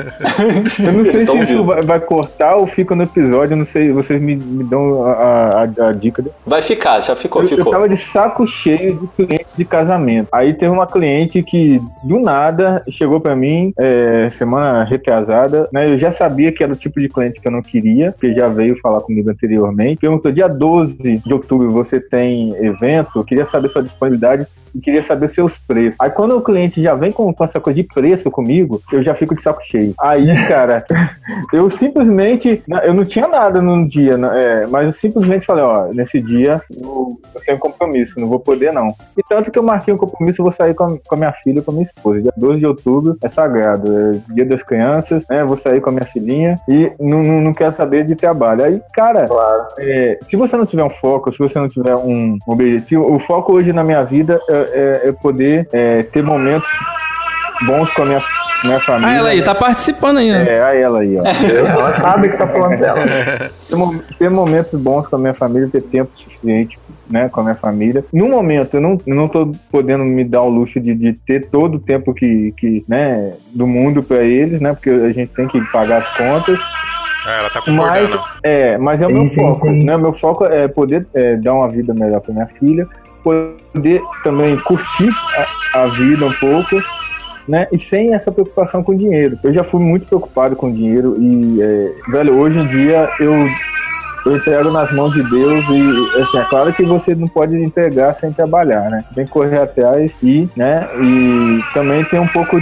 Eu não sei se isso vai cortar ou fica no episódio, eu não sei, vocês me dão a dica. Vai ficar, já ficou. Eu tava de saco cheio de clientes de casamento. Aí teve uma cliente que, do nada, chegou pra mim, semana retrasada, né, eu já sabia que era o tipo de cliente que eu não queria, porque já veio falar comigo anteriormente. Perguntou, dia 12 de outubro você tem evento? Eu queria saber sua disponibilidade e queria saber seus preços. Aí quando o cliente já vem com essa coisa de preço comigo, eu já fico de saco cheio. Aí, cara, eu simplesmente, eu não tinha nada no dia, mas eu simplesmente falei, nesse dia eu tenho compromisso, não vou poder não. E tanto que eu marquei um compromisso, eu vou sair com a minha filha e com a minha esposa. Dia 12 de outubro é sagrado, é dia das crianças, né? Eu vou sair com a minha filhinha e não quero saber de trabalho. Aí, cara, claro. Se você não tiver um foco, se você não tiver um objetivo, o foco hoje na minha vida é poder ter momentos bons com a minha família. Ela aí, tá participando aí, né? Ela aí, ó. Ela sabe que tá falando dela. Ter momentos bons com a minha família, ter tempo suficiente, né, com a minha família. No momento, eu não tô podendo me dar o luxo de ter todo o tempo que né, do mundo pra eles, né, porque a gente tem que pagar as contas. Ela tá concordando. Mas é o meu foco, né? Meu foco é poder dar uma vida melhor pra minha filha, poder também curtir a vida um pouco, né? E sem essa preocupação com dinheiro. Eu já fui muito preocupado com dinheiro e, velho, hoje em dia eu entrego nas mãos de Deus e, assim, é claro que você não pode entregar sem trabalhar, né? Tem que correr atrás né? E também tem um pouco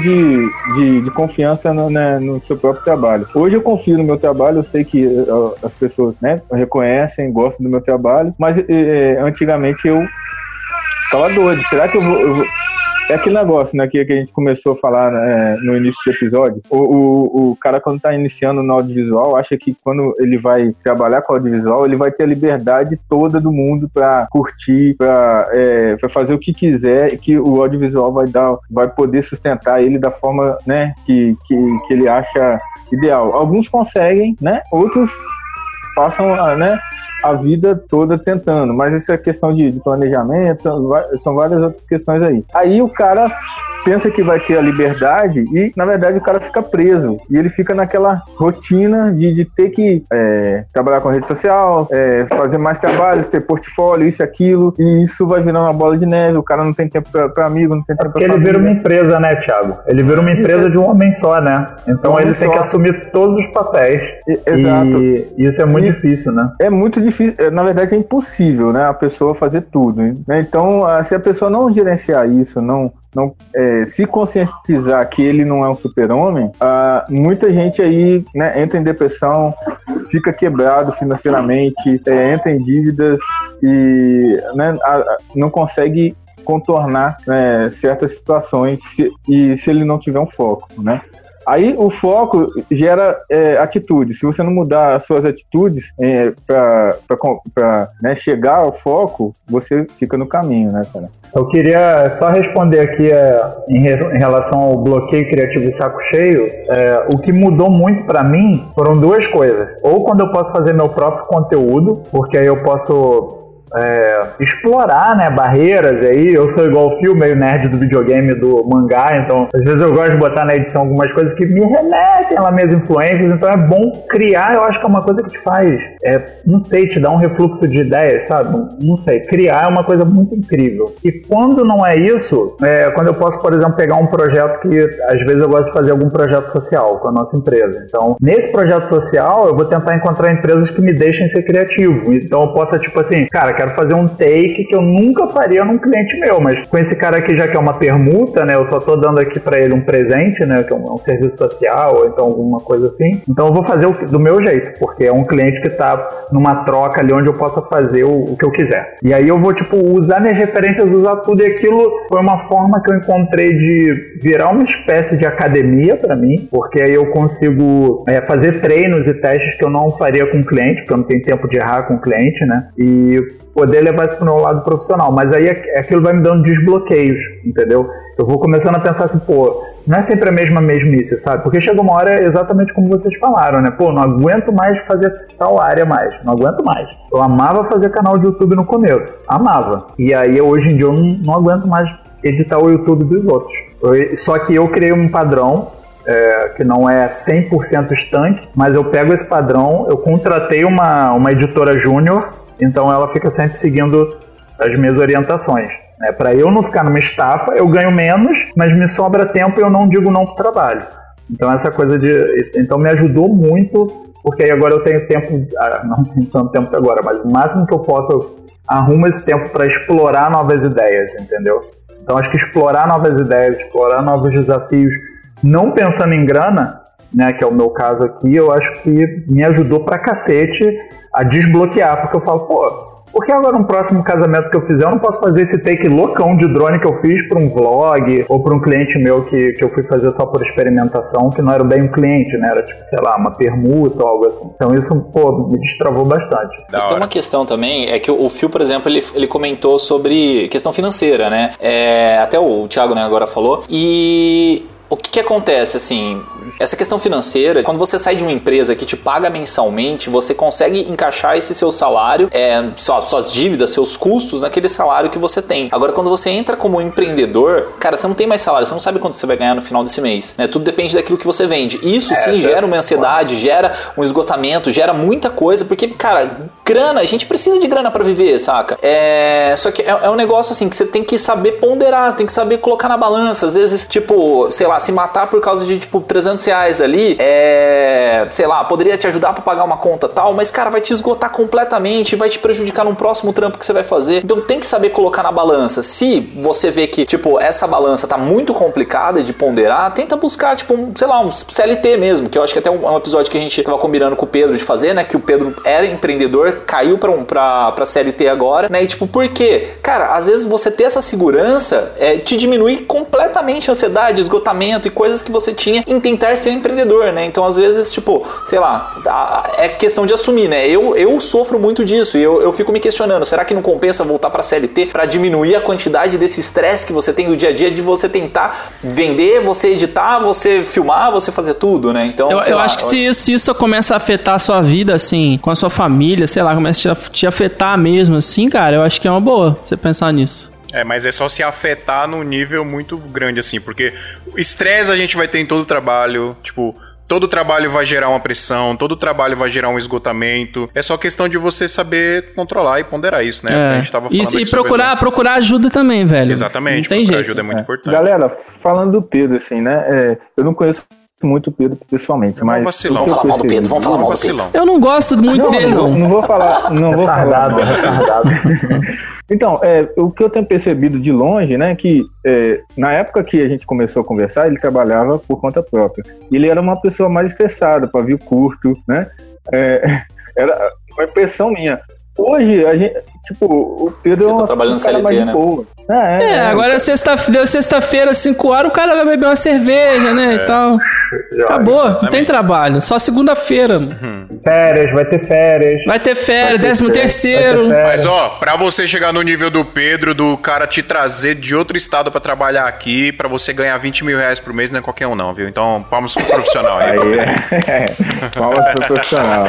de confiança no seu próprio trabalho. Hoje eu confio no meu trabalho, eu sei que as pessoas, né, reconhecem, gostam do meu trabalho, mas antigamente eu ficava doido. Será que eu vou... É aquele negócio, né, que a gente começou a falar no início do episódio. O cara, quando tá iniciando no audiovisual, acha que quando ele vai trabalhar com audiovisual, ele vai ter a liberdade toda do mundo pra curtir, pra fazer o que quiser, e que o audiovisual vai poder sustentar ele da forma, né, que ele acha ideal. Alguns conseguem, né, outros passam a vida toda tentando, mas essa é questão de planejamento, são várias outras questões aí. Aí o cara pensa que vai ter a liberdade e, na verdade, o cara fica preso. E ele fica naquela rotina de ter que trabalhar com a rede social, fazer mais trabalhos, ter portfólio, isso e aquilo, e isso vai virar uma bola de neve, o cara não tem tempo pra amigo, não tem tempo pra família. Ele vira uma empresa, né, Thiago? Ele vira uma empresa de um homem só, né? Então ele tem que assumir todos os papéis. Exato. E isso é muito difícil, né? É muito difícil, na verdade é impossível, né, a pessoa fazer tudo, né? Então, se a pessoa não gerenciar isso, não se conscientizar que ele não é um super-homem, muita gente aí, né, entra em depressão, fica quebrado financeiramente, entra em dívidas e, né, não consegue contornar, né, certas situações se ele não tiver um foco, né? Aí o foco gera atitude. Se você não mudar as suas atitudes para né, chegar ao foco, você fica no caminho, né, cara? Eu queria só responder aqui em relação ao bloqueio criativo e saco cheio. O que mudou muito pra mim foram duas coisas. Ou quando eu posso fazer meu próprio conteúdo, porque aí eu posso explorar, né, barreiras. Aí eu sou igual o Phil, meio nerd do videogame, do mangá, então às vezes eu gosto de botar na edição algumas coisas que me remetem às minhas influências, então é bom criar. Eu acho que é uma coisa que te faz, não sei, te dá um refluxo de ideias, sabe? Não sei, criar é uma coisa muito incrível. E quando não é isso, quando eu posso, por exemplo, pegar um projeto que às vezes eu gosto de fazer algum projeto social com a nossa empresa, então nesse projeto social eu vou tentar encontrar empresas que me deixem ser criativo. Então eu posso, tipo assim, cara, quero fazer um take que eu nunca faria num cliente meu, mas com esse cara aqui, já que é uma permuta, né, eu só tô dando aqui pra ele um presente, né, que é um serviço social, ou então alguma coisa assim, então eu vou fazer do meu jeito, porque é um cliente que tá numa troca ali onde eu possa fazer o que eu quiser. E aí eu vou, tipo, usar minhas referências, usar tudo, e aquilo foi uma forma que eu encontrei de virar uma espécie de academia pra mim, porque aí eu consigo fazer treinos e testes que eu não faria com o cliente, porque eu não tenho tempo de errar com o cliente, né, e poder levar isso pro meu lado profissional. Mas aí aquilo vai me dando desbloqueios, entendeu? Eu vou começando a pensar assim, pô, não é sempre a mesma mesmice, sabe? Porque chega uma hora exatamente como vocês falaram, né? Pô, não aguento mais fazer tal área mais, não aguento mais. Eu amava fazer canal de YouTube no começo, amava. E aí hoje em dia eu não aguento mais editar o YouTube dos outros. Só que eu criei um padrão que não é 100% estanque, mas eu pego esse padrão, eu contratei uma editora júnior, então ela fica sempre seguindo as minhas orientações, né? Para eu não ficar numa estafa, eu ganho menos, mas me sobra tempo e eu não digo não pro trabalho. Então essa coisa então me ajudou muito, porque aí agora eu tenho tempo, não tenho tanto tempo agora, mas o máximo que eu posso, eu arrumo esse tempo para explorar novas ideias, entendeu? Então acho que explorar novas ideias, explorar novos desafios, não pensando em grana, né, que é o meu caso aqui, eu acho que me ajudou pra cacete a desbloquear, porque eu falo, pô, por que agora no próximo casamento que eu fizer eu não posso fazer esse take loucão de drone que eu fiz pra um vlog ou pra um cliente meu que eu fui fazer só por experimentação, que não era bem um cliente, né, era tipo, sei lá, uma permuta ou algo assim. Então isso, pô, me destravou bastante. Mas tem uma questão também, é que o Phil, por exemplo, ele comentou sobre questão financeira, né, até o Thiago, né, agora falou, e o que acontece, assim, essa questão financeira, quando você sai de uma empresa que te paga mensalmente, você consegue encaixar esse seu salário, suas dívidas, seus custos naquele salário que você tem. Agora, quando você entra como empreendedor, cara, você não tem mais salário, você não sabe quanto você vai ganhar no final desse mês, né? Tudo depende daquilo que você vende. Isso sim gera uma ansiedade, gera um esgotamento, gera muita coisa, porque, cara, grana, a gente precisa de grana pra viver, saca? Só que é um negócio assim que você tem que saber ponderar, você tem que saber colocar na balança. Às vezes, tipo, sei lá, se matar por causa de, tipo, 300 reais ali, sei lá, poderia te ajudar pra pagar uma conta tal, mas, cara, vai te esgotar completamente, vai te prejudicar num próximo trampo que você vai fazer. Então tem que saber colocar na balança. Se você vê que, tipo, essa balança tá muito complicada de ponderar, tenta buscar, tipo, sei lá, um CLT mesmo, que eu acho que até um episódio que a gente tava combinando com o Pedro de fazer, né, que o Pedro era empreendedor, caiu pra CLT agora, né, e tipo, por quê? Cara, às vezes você ter essa segurança te diminui completamente a ansiedade, esgotamento e coisas que você tinha em tentar ser empreendedor, né? Então, às vezes, tipo, sei lá, é questão de assumir, né? Eu sofro muito disso e eu fico me questionando, será que não compensa voltar pra CLT pra diminuir a quantidade desse estresse que você tem no dia a dia de você tentar vender, você editar, você filmar, você fazer tudo, né? Então, eu acho que se isso começa a afetar a sua vida, assim, com a sua família, sei lá, começa a te afetar mesmo, assim, cara, eu acho que é uma boa você pensar nisso. Mas é só se afetar num nível muito grande, assim, porque estresse a gente vai ter em todo o trabalho, tipo... Todo trabalho vai gerar uma pressão, todo trabalho vai gerar um esgotamento. É só questão de você saber controlar e ponderar isso, né? A gente tava falando e procurar ajuda também, velho. Exatamente, não tem jeito. Ajuda é muito importante. Galera, falando do Pedro, assim, né? Eu não conheço muito o Pedro pessoalmente, mas... Vacilão. Vamos falar mal do Pedro, vamos falar mal do Pedro. Eu não gosto muito dele, não. Não vou falar... Retardado. Então, o que eu tenho percebido de longe, né, que na época que a gente começou a conversar, ele trabalhava por conta própria. Ele era uma pessoa mais estressada, pavio curto, né? Era uma impressão minha. Hoje, a gente, tipo, o Pedro tá trabalhando um cara CLT, mais de né? boa. Agora deu sexta-feira, 5 horas, o cara vai beber uma cerveja, né, e tal. Acabou, não tem trabalho, só segunda-feira. Férias, vai ter férias. Vai ter férias, 13º. Mas, pra você chegar no nível do Pedro, do cara te trazer de outro estado pra trabalhar aqui, pra você ganhar 20 mil reais por mês, não é qualquer um não, viu? Então, palmas pro profissional aí. Palmas pro profissional.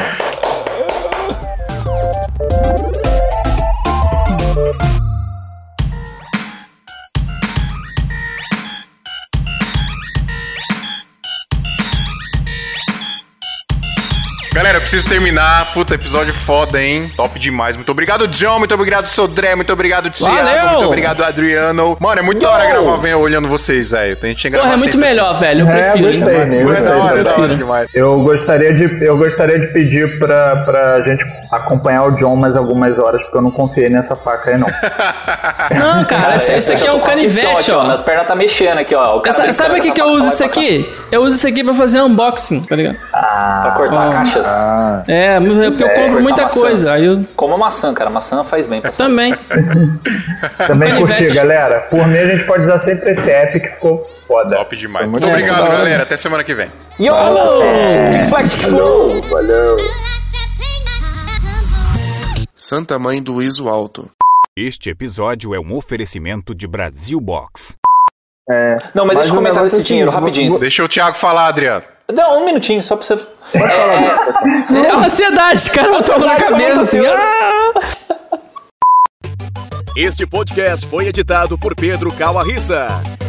Galera, eu preciso terminar. Puta, episódio foda, hein? Top demais. Muito obrigado, John. Muito obrigado, Sodré. Muito obrigado, Thiago. Valeu! Muito obrigado, Adriano. Mano, é muito da hora gravar olhando vocês, velho. A gente Porra, é muito melhor, assim. Velho. Eu prefiro. Gostei, da hora demais. Eu gostaria de pedir pra gente acompanhar o John mais algumas horas, porque eu não confiei nessa faca aí, não. Não, cara, esse aqui é um canivete, ó. Nas pernas tá mexendo aqui, ó. Sabe o que eu uso isso aqui? Eu uso isso aqui pra fazer unboxing, tá ligado? Pra cortar caixas. Porque eu compro muita maçãs. Coisa. Aí eu... Como maçã, cara. Maçã faz bem pra Também. Também curti, galera. Por mim, a gente pode usar sempre esse app que ficou foda. Top demais. Muito obrigado, galera. Até semana que vem. Yo! Tic Flac, Tic Flow! Valeu! Santa Mãe do Iso Alto. Este episódio é um oferecimento de Brasil Box. Não, mas deixa eu comentar desse dinheiro rapidinho. Deixa o Thiago falar, Adriano. Não, um minutinho, só pra você... É uma ansiedade, cara. Eu tô na cabeça assim. Este podcast foi editado por Pedro Calarissa.